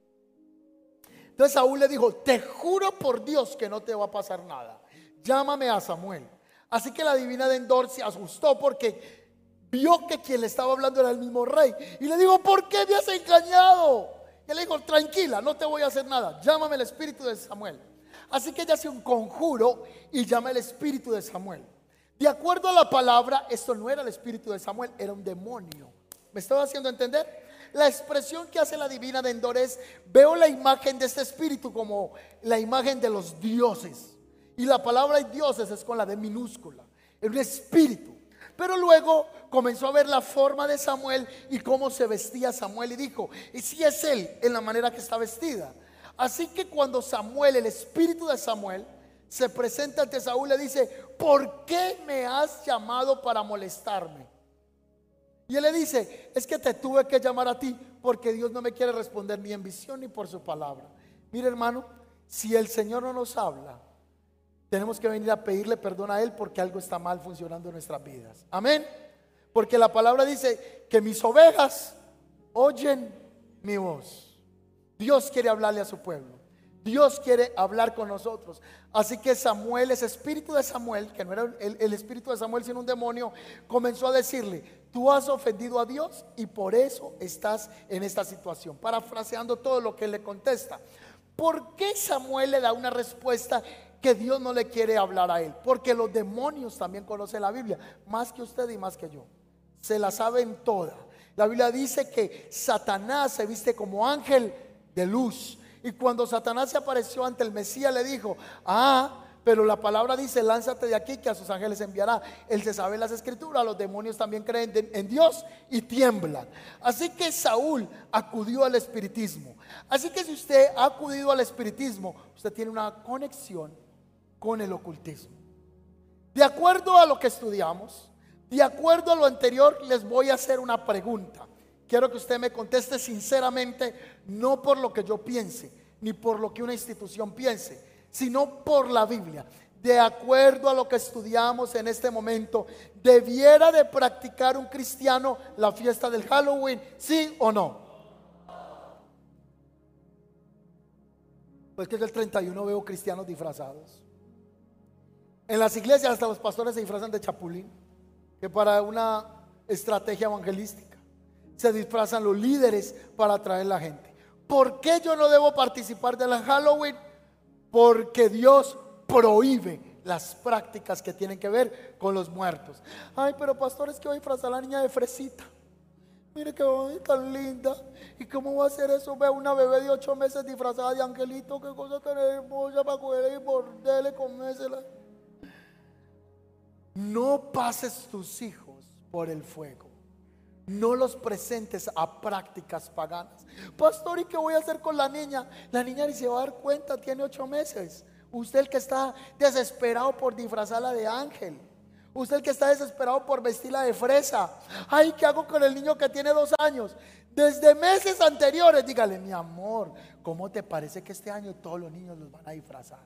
Entonces Saúl le dijo, te juro por Dios que no te va a pasar nada, llámame a Samuel. Así que la divina de Endor se asustó porque vio que quien le estaba hablando era el mismo rey. Y le dijo, ¿por qué me has engañado? Y él le dijo, tranquila, no te voy a hacer nada, llámame el espíritu de Samuel. Así que ella hace un conjuro y llama el espíritu de Samuel. De acuerdo a la palabra, esto no era el espíritu de Samuel, era un demonio. ¿Me estaba haciendo entender? La expresión que hace la divina de Endor es, veo la imagen de este espíritu como la imagen de los dioses. Y la palabra dioses es con la D minúscula, es un espíritu. Pero luego comenzó a ver la forma de Samuel y cómo se vestía Samuel y dijo, y si es él en la manera que está vestida. Así que cuando Samuel, el espíritu de Samuel, se presenta ante Saúl, le dice, ¿por qué me has llamado para molestarme? Y él le dice, es que te tuve que llamar a ti porque Dios no me quiere responder ni en visión ni por su palabra. Mire, hermano, si el Señor no nos habla, tenemos que venir a pedirle perdón a Él porque algo está mal funcionando en nuestras vidas. Amén. Porque la palabra dice que mis ovejas oyen mi voz. Dios quiere hablarle a su pueblo. Dios quiere hablar con nosotros. Así que Samuel, ese espíritu de Samuel, que no era el, el espíritu de Samuel sino un demonio, comenzó a decirle, tú has ofendido a Dios y por eso estás en esta situación. Parafraseando todo lo que él le contesta. ¿Por qué Samuel le da una respuesta que Dios no le quiere hablar a él? Porque los demonios también conocen la Biblia, más que usted y más que yo. Se la saben toda. La Biblia dice que Satanás se viste como ángel de luz. Y cuando Satanás se apareció ante el Mesías, le dijo, ah, pero la palabra dice, lánzate de aquí que a sus ángeles enviará. Él se sabe las escrituras. Los demonios también creen de, en Dios y tiemblan. Así que Saúl acudió al espiritismo. Así que si usted ha acudido al espiritismo, usted tiene una conexión con el ocultismo. De acuerdo a lo que estudiamos, de acuerdo a lo anterior, les voy a hacer una pregunta. Quiero que usted me conteste sinceramente, no por lo que yo piense, ni por lo que una institución piense, sino por la Biblia. De acuerdo a lo que estudiamos en este momento, ¿debiera de practicar un cristiano la fiesta del Halloween? ¿Sí o no? Pues que el treinta y uno veo cristianos disfrazados. En las iglesias hasta los pastores se disfrazan de chapulín, que para una estrategia evangelística. Se disfrazan los líderes para atraer a la gente. ¿Por qué yo no debo participar de la Halloween? Porque Dios prohíbe las prácticas que tienen que ver con los muertos. Ay, pero pastor, es que voy a disfrazar a la niña de fresita. Mire qué bonita, tan linda. ¿Y cómo va a ser eso? Ve una bebé de ocho meses disfrazada de angelito. Qué cosa tan hermosa para coger y morderle y comérsela. No pases tus hijos por el fuego. No los presentes a prácticas paganas. Pastor, ¿y qué voy a hacer con la niña? La niña ni se va a dar cuenta, tiene ocho meses. Usted el que está desesperado por disfrazarla de ángel. Usted el que está desesperado por vestirla de fresa. Ay, ¿qué hago con el niño que tiene dos años? Desde meses anteriores, dígale, mi amor, ¿cómo te parece que este año todos los niños los van a disfrazar?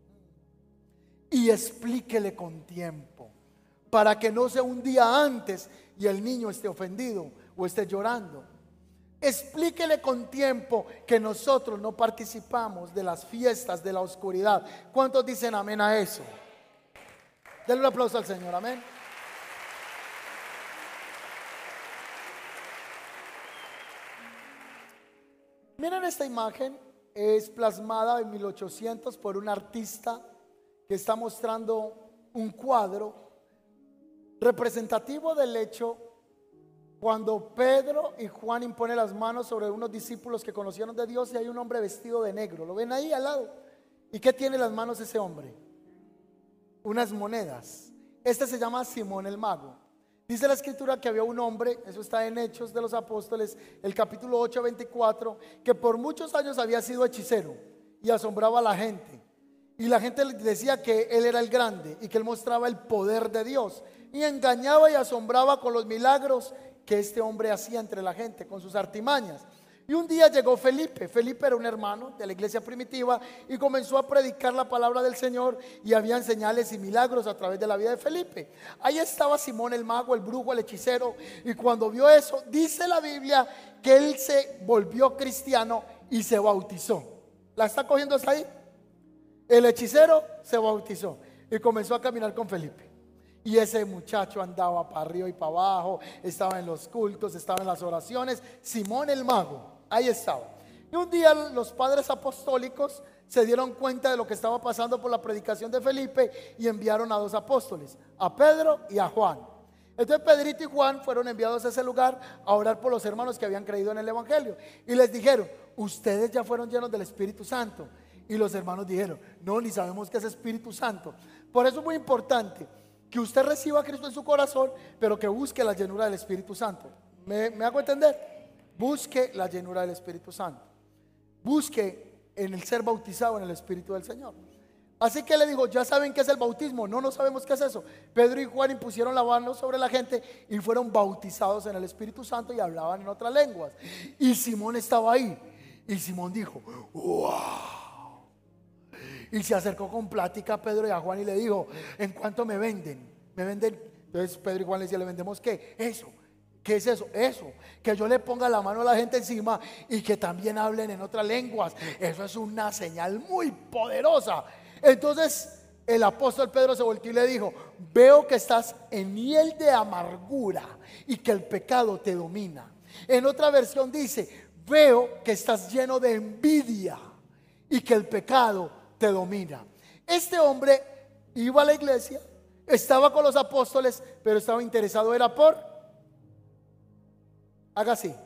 Y explíquele con tiempo, para que no sea un día antes y el niño esté ofendido o esté llorando. Explíquele con tiempo que nosotros no participamos de las fiestas de la oscuridad. ¿Cuántos dicen amén a eso? Denle un aplauso al Señor, amén. Miren esta imagen, es plasmada en mil ochocientos por un artista que está mostrando un cuadro representativo del hecho cuando Pedro y Juan imponen las manos sobre unos discípulos que conocieron de Dios y hay un hombre vestido de negro. ¿Lo ven ahí al lado? ¿Y qué tiene en las manos ese hombre? Unas monedas. Este se llama Simón el Mago. Dice la escritura que había un hombre, eso está en Hechos de los Apóstoles, el capítulo ocho, veinticuatro, que por muchos años había sido hechicero y asombraba a la gente. Y la gente le decía que él era el grande y que él mostraba el poder de Dios. Y engañaba y asombraba con los milagros que este hombre hacía entre la gente, con sus artimañas. Y un día llegó Felipe. Felipe era un hermano de la iglesia primitiva y comenzó a predicar la palabra del Señor, y habían señales y milagros a través de la vida de Felipe. Ahí estaba Simón el mago, el brujo, el hechicero, y cuando vio eso, dice la Biblia que él se volvió cristiano y se bautizó. ¿La está cogiendo hasta ahí? El hechicero se bautizó y comenzó a caminar con Felipe. Y ese muchacho andaba para arriba y para abajo, estaba en los cultos, estaba en las oraciones. Simón el mago, ahí estaba. Y un día los padres apostólicos se dieron cuenta de lo que estaba pasando por la predicación de Felipe y enviaron a dos apóstoles, a Pedro y a Juan. Entonces Pedrito y Juan fueron enviados a ese lugar a orar por los hermanos que habían creído en el evangelio. Y les dijeron: ustedes ya fueron llenos del Espíritu Santo. Y los hermanos dijeron: no, ni sabemos qué es Espíritu Santo. Por eso es muy importante que usted reciba a Cristo en su corazón, pero que busque la llenura del Espíritu Santo. ¿Me, me hago entender? Busque la llenura del Espíritu Santo. Busque en el ser bautizado en el Espíritu del Señor. Así que le digo: ¿ya saben qué es el bautismo? No, no sabemos qué es eso. Pedro y Juan impusieron la mano sobre la gente y fueron bautizados en el Espíritu Santo y hablaban en otras lenguas. Y Simón estaba ahí. Y Simón dijo: ¡wow! Y se acercó con plática a Pedro y a Juan y le dijo: ¿en cuánto me venden? ¿Me venden? Entonces Pedro y Juan le decían: ¿le vendemos qué? Eso. ¿Qué es eso? Eso, que yo le ponga la mano a la gente encima y que también hablen en otras lenguas. Eso es una señal muy poderosa. Entonces el apóstol Pedro se volteó y le dijo: veo que estás en miel de amargura y que el pecado te domina. En otra versión dice: veo que estás lleno de envidia y que el pecado te domina. Este hombre iba a la iglesia, estaba con los apóstoles, pero estaba interesado era por, haga así.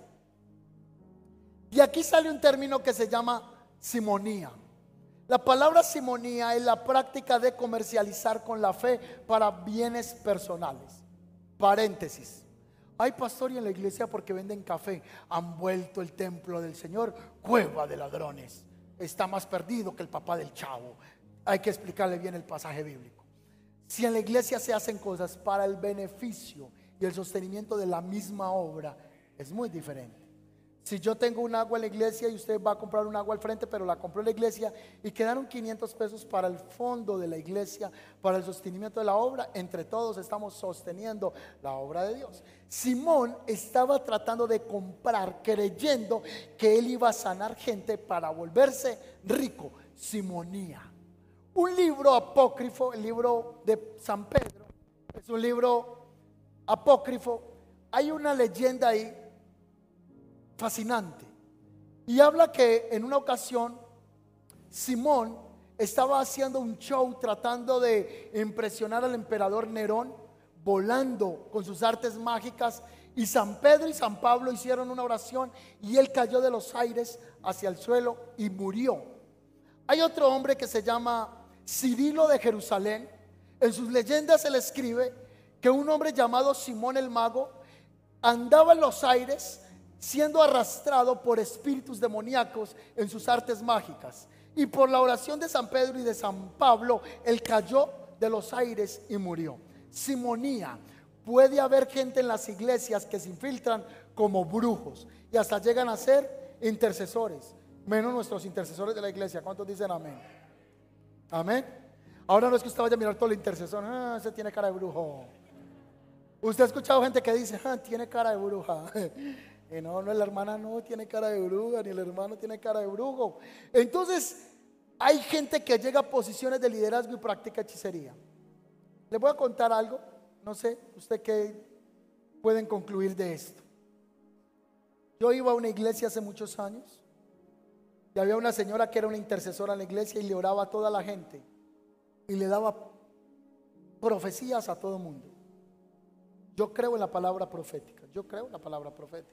Y aquí sale un término que se llama simonía. La palabra simonía es la práctica de comercializar con la fe para bienes personales. Paréntesis: ay, pastor, y en la iglesia porque venden café han vuelto el templo del Señor cueva de ladrones. Está más perdido que el papá del chavo. Hay que explicarle bien el pasaje bíblico. Si en la iglesia se hacen cosas para el beneficio y el sostenimiento de la misma obra, es muy diferente. Si yo tengo un agua en la iglesia y usted va a comprar un agua al frente, pero la compró en la iglesia y quedaron quinientos pesos para el fondo de la iglesia, para el sostenimiento de la obra, entre todos estamos sosteniendo la obra de Dios. Simón estaba tratando de comprar creyendo que él iba a sanar gente para volverse rico. Simonía. Un libro apócrifo, el libro de San Pedro, es un libro apócrifo. Hay una leyenda ahí fascinante y habla que en una ocasión Simón estaba haciendo un show tratando de impresionar al emperador Nerón, volando con sus artes mágicas, y San Pedro y San Pablo hicieron una oración y él cayó de los aires hacia el suelo y murió. Hay otro hombre que se llama Cirilo de Jerusalén. En sus leyendas se le escribe que un hombre llamado Simón el mago andaba en los aires siendo arrastrado por espíritus demoníacos en sus artes mágicas, y por la oración de San Pedro y de San Pablo él cayó de los aires y murió. Simonía. Puede haber gente en las iglesias que se infiltran como brujos y hasta llegan a ser intercesores, menos nuestros intercesores de la iglesia. ¿Cuántos dicen amén? Amén. Ahora no es que usted vaya a mirar todo el intercesor: ah, ese tiene cara de brujo. Usted ha escuchado gente que dice: ah, tiene cara de bruja. Y no, no, la hermana no tiene cara de bruja, ni el hermano tiene cara de brujo. Entonces hay gente que llega a posiciones de liderazgo y practica hechicería. Les voy a contar algo, no sé, usted qué pueden concluir de esto. Yo iba a una iglesia hace muchos años y había una señora que era una intercesora en la iglesia y le oraba a toda la gente y le daba profecías a todo el mundo. Yo creo en la palabra profética, yo creo en la palabra profética.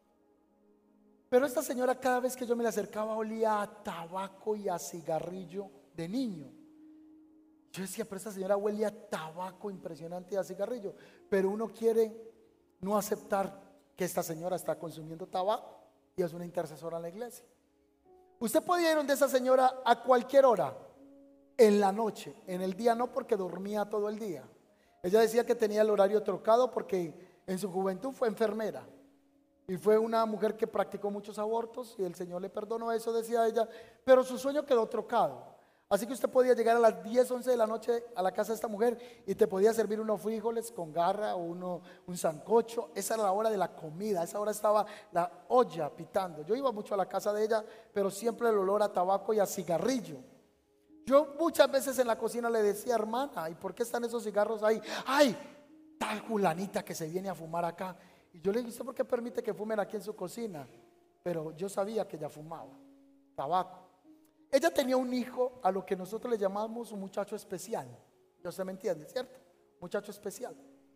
Pero esta señora, cada vez que yo me le acercaba, olía a tabaco y a cigarrillo de niño. Yo decía: pero esta señora huele a tabaco impresionante y a cigarrillo. Pero uno quiere no aceptar que esta señora está consumiendo tabaco y es una intercesora en la iglesia. Usted podía ir donde esa señora a cualquier hora, en la noche, en el día no, porque dormía todo el día. Ella decía que tenía el horario trocado porque en su juventud fue enfermera y fue una mujer que practicó muchos abortos y el Señor le perdonó eso, decía ella, pero su sueño quedó trocado. Así que usted podía llegar a las diez, once de la noche a la casa de esta mujer y te podía servir unos frijoles con garra o uno, un sancocho. Esa era la hora de la comida, a esa hora estaba la olla pitando. Yo iba mucho a la casa de ella, pero siempre el olor a tabaco y a cigarrillo. Yo muchas veces en la cocina le decía, hermana, ¿y por qué están esos cigarros ahí? ¡Ay! Tal fulanita que se viene a fumar acá. Y yo le dije, ¿usted por qué permite que fumen aquí en su cocina? Pero yo sabía que ella fumaba tabaco. Ella tenía un hijo a lo que nosotros le llamamos un muchacho especial. ¿Usted me entiende, cierto? Muchacho especial.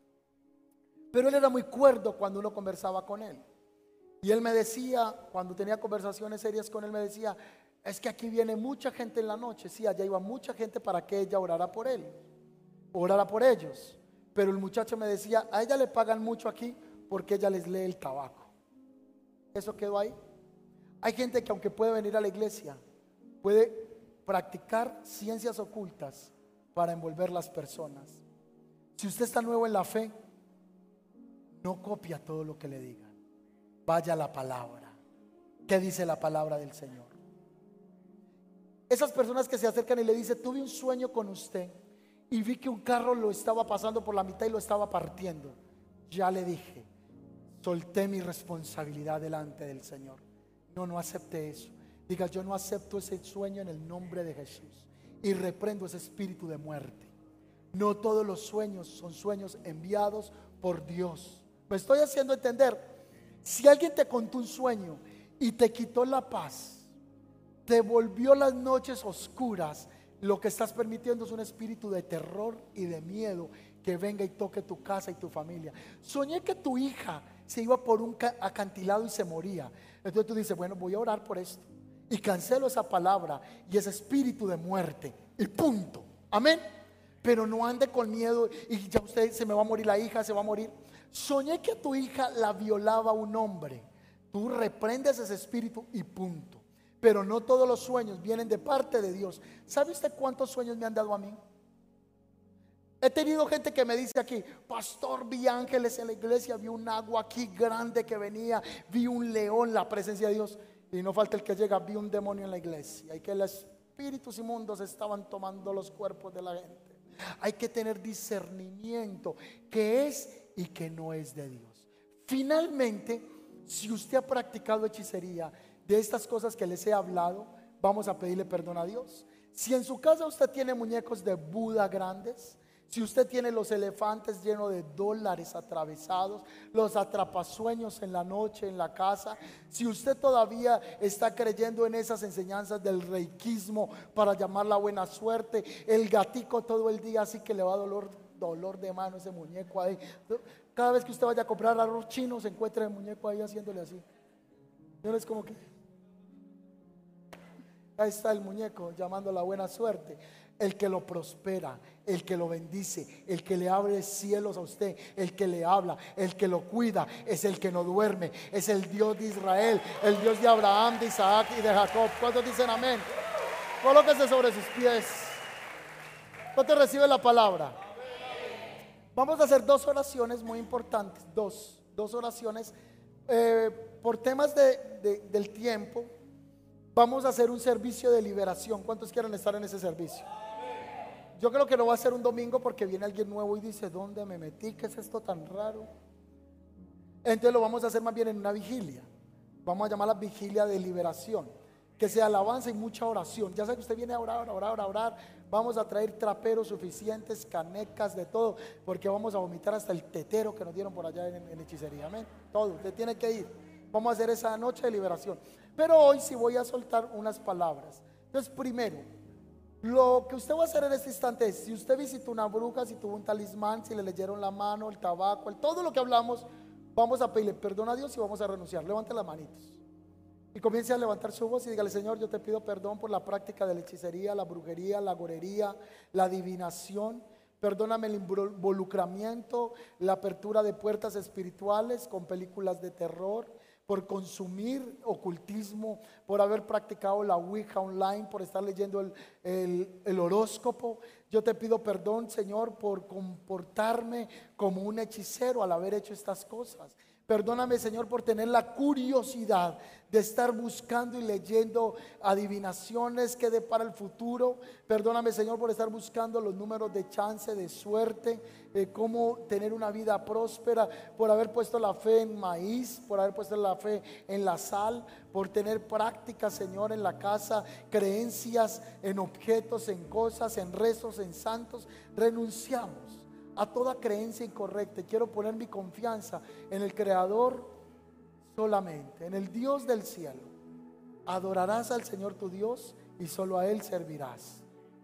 Pero él era muy cuerdo cuando uno conversaba con él. Y él me decía, cuando tenía conversaciones serias con él, me decía, es que aquí viene mucha gente en la noche. Sí, allá iba mucha gente para que ella orara por él, orara por ellos. Pero el muchacho me decía, a ella le pagan mucho aquí porque ella les lee el tabaco. Eso quedó ahí. Hay gente que aunque puede venir a la iglesia, puede practicar ciencias ocultas para envolver las personas. Si usted está nuevo en la fe, no copia todo lo que le digan. Vaya a la palabra. ¿Qué dice la palabra del Señor? Esas personas que se acercan y le dicen, tuve un sueño con usted y vi que un carro lo estaba pasando por la mitad y lo estaba partiendo. Ya le dije, solté mi responsabilidad delante del Señor. No, no acepte eso. Diga, yo no acepto ese sueño en el nombre de Jesús y reprendo ese espíritu de muerte. No todos los sueños son sueños enviados por Dios. ¿Me estoy haciendo entender? Si alguien te contó un sueño y te quitó la paz, te volvió las noches oscuras, lo que estás permitiendo es un espíritu de terror y de miedo que venga y toque tu casa y tu familia. Soñé que tu hija se iba por un acantilado y se moría. Entonces tú dices, bueno, voy a orar por esto y cancelo esa palabra y ese espíritu de muerte y punto, amén. Pero no ande con miedo y ya usted, se me va a morir la hija, se va a morir. Soñé que a tu hija la violaba un hombre. Tú reprendes ese espíritu y punto. Pero no todos los sueños vienen de parte de Dios. ¿Sabe usted cuántos sueños me han dado a mí? He tenido gente que me dice aquí, pastor, vi ángeles en la iglesia, vi un agua aquí grande que venía, vi un león, la presencia de Dios. Y no falta el que llega, vi un demonio en la iglesia y que los espíritus inmundos estaban tomando los cuerpos de la gente. Hay que tener discernimiento que es y que no es de Dios. Finalmente, si usted ha practicado hechicería, de estas cosas que les he hablado, vamos a pedirle perdón a Dios. Si en su casa usted tiene muñecos de Buda grandes, si usted tiene los elefantes llenos de dólares atravesados, los atrapasueños en la noche en la casa, si usted todavía está creyendo en esas enseñanzas del reikismo para llamar la buena suerte, el gatico todo el día así que le va a dolor, dolor de mano ese muñeco ahí. Cada vez que usted vaya a comprar arroz chino se encuentra el muñeco ahí haciéndole así. No es como que ahí está el muñeco llamando la buena suerte. El que lo prospera, el que lo bendice, el que le abre cielos a usted, el que le habla, el que lo cuida, es el que no duerme, es el Dios de Israel, el Dios de Abraham, de Isaac y de Jacob. ¿Cuántos dicen amén? Colóquese sobre sus pies. ¿Cuántos reciben la palabra? Vamos a hacer dos oraciones muy importantes, dos, dos oraciones eh, por temas de, de, del tiempo. Vamos a hacer un servicio de liberación. ¿Cuántos quieren estar en ese servicio? Yo creo que lo va a hacer un domingo porque viene alguien nuevo y dice, ¿dónde me metí? ¿Qué es esto tan raro? Entonces lo vamos a hacer más bien en una vigilia. Vamos a llamarla vigilia de liberación, que sea alabanza y mucha oración. Ya sabe que usted viene a orar, a orar, a orar. Vamos a traer traperos suficientes, canecas, de todo, porque vamos a vomitar hasta el tetero que nos dieron por allá en, en hechicería. Amén. Todo, usted tiene que ir. Vamos a hacer esa noche de liberación. Pero hoy sí voy a soltar unas palabras. Entonces, primero, lo que usted va a hacer en este instante es, si usted visitó una bruja, si tuvo un talismán, si le leyeron la mano, el tabaco, el, todo lo que hablamos, vamos a pedirle perdón a Dios y vamos a renunciar. Levante las manitos y comience a levantar su voz y dígale, Señor, yo te pido perdón por la práctica de la hechicería, la brujería, la gorería, la adivinación. Perdóname el involucramiento, la apertura de puertas espirituales con películas de terror. por consumir ocultismo, por haber practicado la Ouija online, por estar leyendo el, el, el horóscopo. Yo te pido perdón, Señor, por comportarme como un hechicero al haber hecho estas cosas. Perdóname, Señor, por tener la curiosidad de estar buscando y leyendo adivinaciones que depara el futuro. Perdóname, Señor, por estar buscando los números de chance, de suerte, eh, cómo tener una vida próspera, por haber puesto la fe en maíz, por haber puesto la fe en la sal, por tener prácticas, Señor, en la casa, creencias en objetos, en cosas, en rezos, en santos. Renunciamos a toda creencia incorrecta. Quiero poner mi confianza en el Creador solamente, en el Dios del cielo. Adorarás al Señor tu Dios y solo a Él servirás,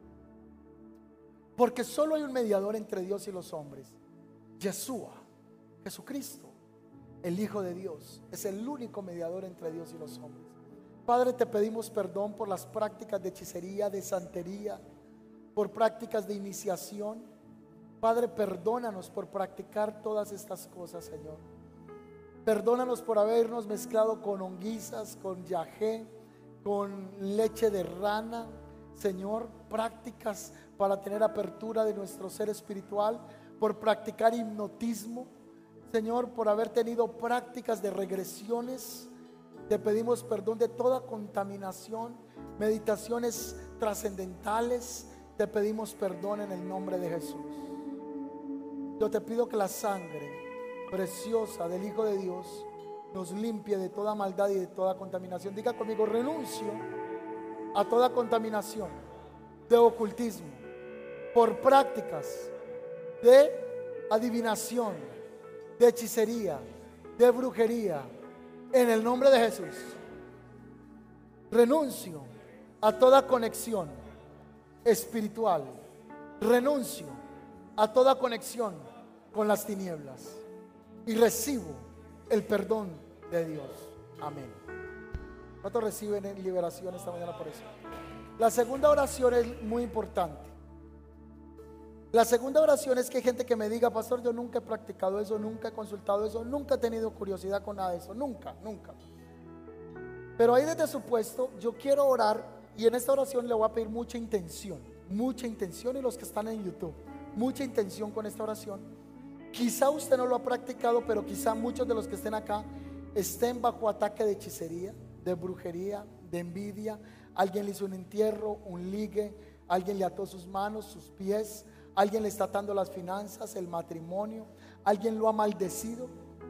porque solo hay un mediador entre Dios y los hombres: Yeshua, Jesucristo, el Hijo de Dios. Es el único mediador entre Dios y los hombres. Padre, te pedimos perdón por las prácticas de hechicería, de santería, por prácticas de iniciación. Padre, perdónanos por practicar todas estas cosas, Señor. Perdónanos por habernos mezclado con honguizas, con yagé, con leche de rana, Señor, prácticas para tener apertura de nuestro ser espiritual, por practicar hipnotismo, Señor, por haber tenido prácticas de regresiones. Te pedimos perdón de toda contaminación, meditaciones trascendentales. Te pedimos perdón en el nombre de Jesús. Yo te pido que la sangre preciosa del Hijo de Dios nos limpie de toda maldad y de toda contaminación. Diga conmigo: renuncio a toda contaminación de ocultismo por prácticas de adivinación, de hechicería, de brujería. En el nombre de Jesús, renuncio a toda conexión espiritual. Renuncio a toda conexión con las tinieblas y recibo el perdón de Dios. Amén. ¿Cuántos reciben en liberación esta mañana por eso? La segunda oración es muy importante. La segunda oración es que hay gente que me diga: pastor, yo nunca he practicado eso, nunca he consultado eso, nunca he tenido curiosidad con nada de eso, nunca, nunca. Pero ahí desde su puesto yo quiero orar, y en esta oración le voy a pedir mucha intención, mucha intención, y los que están en YouTube, mucha intención con esta oración. Quizá usted no lo ha practicado, pero quizá muchos de los que estén acá estén bajo ataque de hechicería, de brujería, de envidia. Alguien le hizo un entierro, un ligue, alguien le ató sus manos, sus pies, alguien le está atando las finanzas, el matrimonio, alguien lo ha maldecido.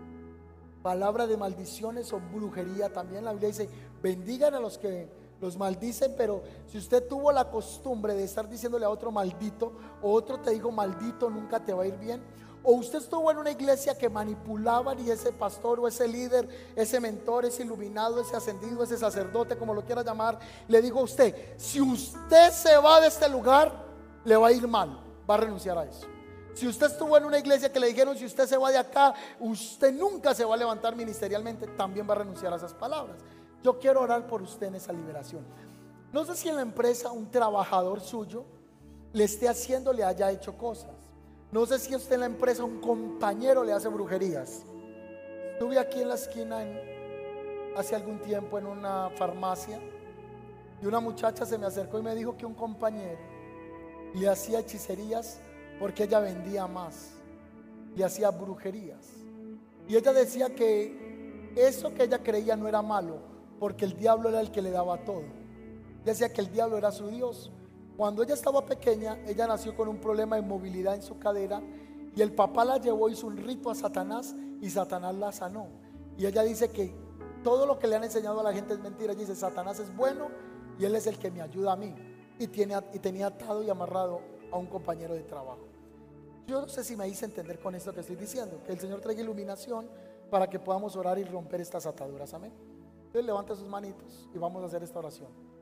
Palabra de maldiciones o brujería también. La Biblia dice: bendigan a los que los maldicen. Pero si usted tuvo la costumbre de estar diciéndole a otro maldito, o otro te dijo maldito, nunca te va a ir bien. O usted estuvo en una iglesia que manipulaban, y ese pastor o ese líder, ese mentor, ese iluminado, ese ascendido, ese sacerdote, como lo quiera llamar, le dijo a usted: si usted se va de este lugar, le va a ir mal, va a renunciar a eso. Si usted estuvo en una iglesia que le dijeron: si usted se va de acá, usted nunca se va a levantar ministerialmente, también va a renunciar a esas palabras. Yo quiero orar por usted en esa liberación. No sé si en la empresa un trabajador suyo le esté haciendo, le haya hecho cosas. No sé si usted en la empresa un compañero le hace brujerías. Estuve aquí en la esquina en, hace algún tiempo en una farmacia, y una muchacha se me acercó y me dijo que un compañero le hacía hechicerías porque ella vendía más, le hacía brujerías. Y ella decía que eso que ella creía no era malo, porque el diablo era el que le daba todo. Ella decía que el diablo era su Dios. Cuando ella estaba pequeña, ella nació con un problema de movilidad en su cadera, y el papá la llevó, hizo un rito a Satanás, y Satanás la sanó. Y ella dice que todo lo que le han enseñado a la gente es mentira. Ella dice: Satanás es bueno y él es el que me ayuda a mí. Y, tiene, y tenía atado y amarrado a un compañero de trabajo. Yo no sé si me hice entender con esto que estoy diciendo. Que el Señor traiga iluminación para que podamos orar y romper estas ataduras. Amén. Entonces levante sus manitos y vamos a hacer esta oración.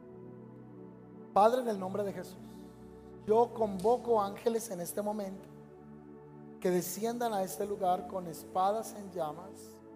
Padre, en el nombre de Jesús, yo convoco ángeles en este momento que desciendan a este lugar con espadas en llamas,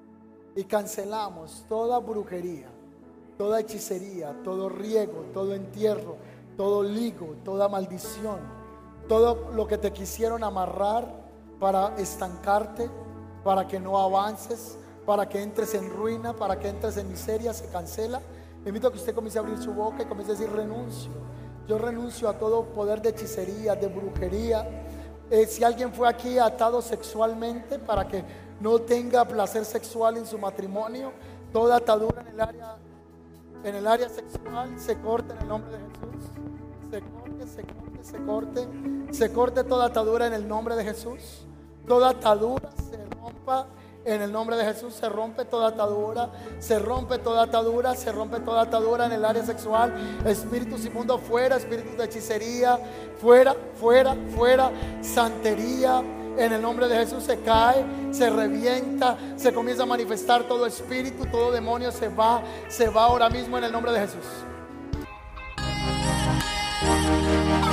y cancelamos toda brujería, toda hechicería, todo riego, todo entierro, todo ligo, toda maldición, todo lo que te quisieron amarrar para estancarte, para que no avances, para que entres en ruina, para que entres en miseria, se cancela. Le invito a que usted comience a abrir su boca y comience a decir: renuncio. Yo renuncio a todo poder de hechicería, de brujería. Eh, si alguien fue aquí atado sexualmente para que no tenga placer sexual en su matrimonio, toda atadura en el área, en el área sexual se corta en el nombre de Jesús. Se corte, se corte, se corte. Se corte toda atadura en el nombre de Jesús. Toda atadura se rompa en el nombre de Jesús. Se rompe toda atadura. Se rompe toda atadura. Se rompe toda atadura en el área sexual. Espíritus inmundos fuera. Espíritus de hechicería fuera, fuera, fuera. Santería en el nombre de Jesús se cae, se revienta, se comienza a manifestar todo espíritu, todo demonio se va, se va ahora mismo en el nombre de Jesús.